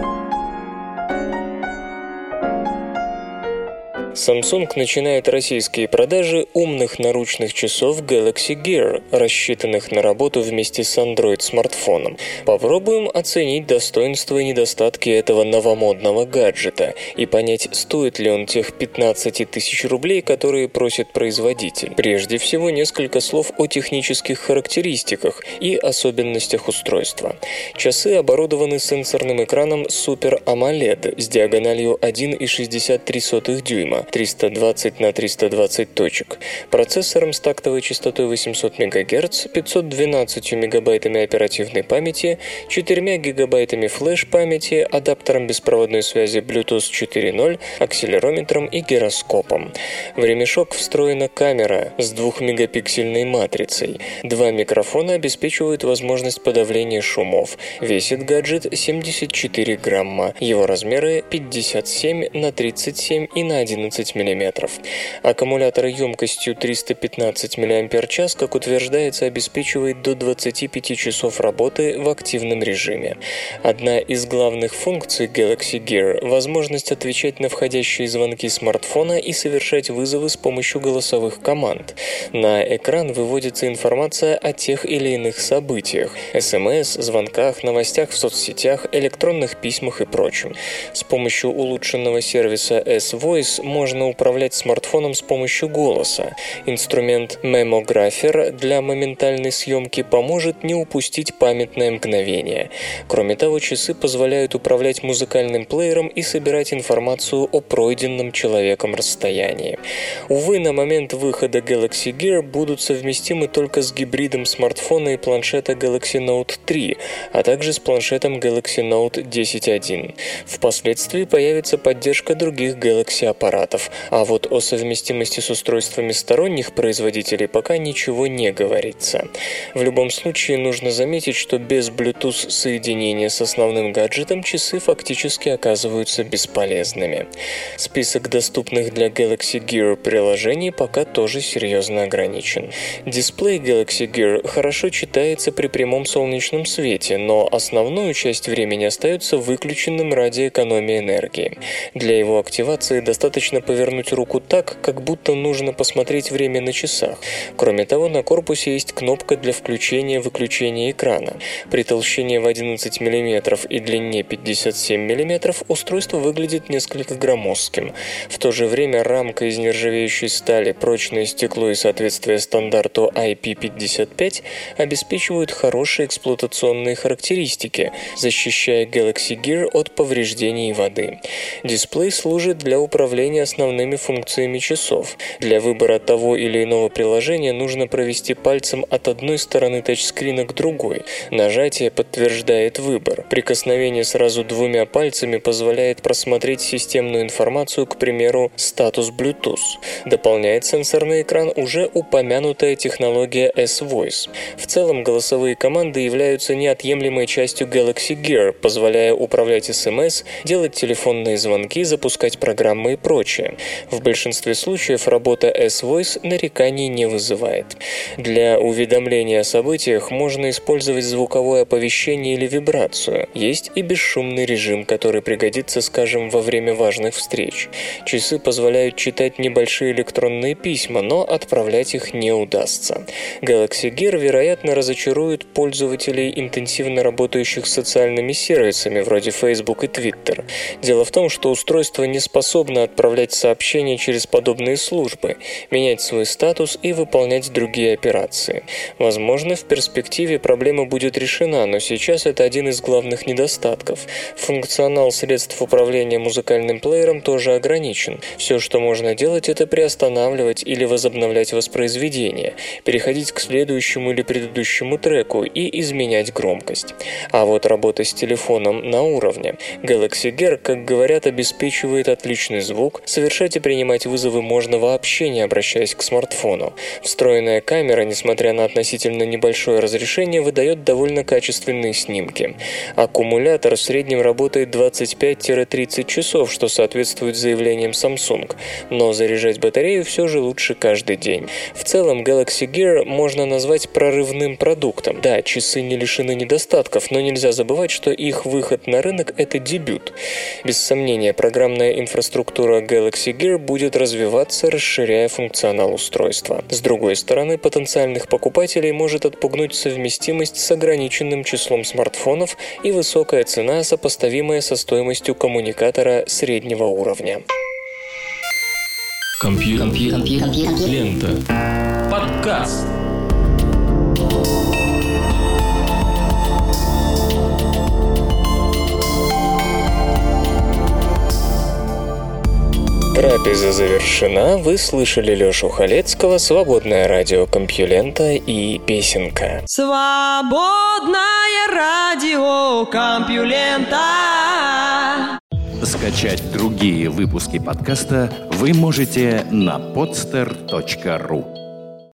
Samsung начинает российские продажи умных наручных часов Galaxy Gear, рассчитанных на работу вместе с Android-смартфоном. Попробуем оценить достоинства и недостатки этого новомодного гаджета и понять, стоит ли он тех пятнадцать тысяч рублей, которые просит производитель. Прежде всего, несколько слов о технических характеристиках и особенностях устройства. Часы оборудованы сенсорным экраном Super AMOLED с диагональю один целых шестьдесят три сотых дюйма, триста двадцать на триста двадцать точек, процессором с тактовой частотой восемьсот мегагерц, пятьсот двенадцать мегабайтами оперативной памяти, четырьмя гигабайтами флеш-памяти, адаптером беспроводной связи Bluetooth четыре ноль, акселерометром и гироскопом. В ремешок встроена камера с двухмегапиксельной матрицей. Два микрофона обеспечивают возможность подавления шумов. Весит гаджет семьдесят четыре грамма. Его размеры пятьдесят семь на тридцать семь и на одиннадцать миллиметров. Аккумулятор емкостью триста пятнадцать миллиампер-час, как утверждается, обеспечивает до двадцати пяти часов работы в активном режиме. Одна из главных функций Galaxy Gear – возможность отвечать на входящие звонки смартфона и совершать вызовы с помощью голосовых команд. На экран выводится информация о тех или иных событиях – эс эм эс, звонках, новостях в соцсетях, электронных письмах и прочем. С помощью улучшенного сервиса S-Voice можно управлять смартфоном с помощью голоса. Инструмент Memographer для моментальной съемки поможет не упустить памятное мгновение. Кроме того, часы позволяют управлять музыкальным плеером и собирать информацию о пройденном человеком расстоянии. Увы, на момент выхода Galaxy Gear будут совместимы только с гибридом смартфона и планшета Galaxy Note три, а также с планшетом Galaxy Note десять точка один. Впоследствии появится поддержка других Galaxy аппаратов, а вот о совместимости с устройствами сторонних производителей пока ничего не говорится. В любом случае, нужно заметить, что без Bluetooth соединения с основным гаджетом часы фактически оказываются бесполезными. Список доступных для Galaxy Gear приложений пока тоже серьезно ограничен. Дисплей Galaxy Gear хорошо читается при прямом солнечном свете, но основную часть времени остается выключенным ради экономии энергии. Для его активации достаточно повернуть руку так, как будто нужно посмотреть время на часах. Кроме того, на корпусе есть кнопка для включения-выключения экрана. При толщине в одиннадцать миллиметров и длине пятьдесят семь миллиметров устройство выглядит несколько громоздким. В то же время рамка из нержавеющей стали, прочное стекло и соответствие стандарту ай пи пятьдесят пять обеспечивают хорошие эксплуатационные характеристики, защищая Galaxy Gear от повреждений воды. Дисплей служит для управления основными функциями часов. Для выбора того или иного приложения нужно провести пальцем от одной стороны тачскрина к другой. Нажатие подтверждает выбор. Прикосновение сразу двумя пальцами позволяет просмотреть системную информацию, к примеру, статус Bluetooth. Дополняет сенсорный экран уже упомянутая технология S-Voice. В целом, голосовые команды являются неотъемлемой частью Galaxy Gear, позволяя управлять эс эм эс, делать телефонные звонки, запускать программы и прочее. В большинстве случаев работа S-Voice нареканий не вызывает. Для уведомления о событиях можно использовать звуковое оповещение или вибрацию. Есть и бесшумный режим, который пригодится, скажем, во время важных встреч. Часы позволяют читать небольшие электронные письма, но отправлять их не удастся. Galaxy Gear, вероятно, разочарует пользователей, интенсивно работающих с социальными сервисами вроде Facebook и Twitter. Дело в том, что устройство не способно отправлять сообщения через подобные службы, менять свой статус и выполнять другие операции. Возможно, в перспективе проблема будет решена, но сейчас это один из главных недостатков. Функционал средств управления музыкальным плеером тоже ограничен. Все, что можно делать, это приостанавливать или возобновлять воспроизведение, переходить к следующему или предыдущему треку и изменять громкость. А вот работа с телефоном на уровне. Galaxy Gear, как говорят, обеспечивает отличный звук, совершать и принимать вызовы можно вообще не обращаясь к смартфону. Встроенная камера, несмотря на относительно небольшое разрешение, выдает довольно качественные снимки. Аккумулятор в среднем работает двадцать пять - тридцать часов, что соответствует заявлениям Samsung, но заряжать батарею все же лучше каждый день. В целом, Galaxy Gear можно назвать прорывным продуктом. Да, часы не лишены недостатков, но нельзя забывать, что их выход на рынок – это дебют. Без сомнения, программная инфраструктура Galaxy Gear будет развиваться, расширяя функционал устройства. С другой стороны, потенциальных покупателей может отпугнуть совместимость с ограниченным числом смартфонов и высокая цена, сопоставимая со стоимостью коммуникатора среднего уровня. Компьютер. Компьютер. Лента. Подкаст. Трапеза завершена. Вы слышали Лёшу Халецкого, «Свободное радио Компьюлента» и «Песенка». Свободное радио Компьюлента. Скачать другие выпуски подкаста вы можете на podster точка ру.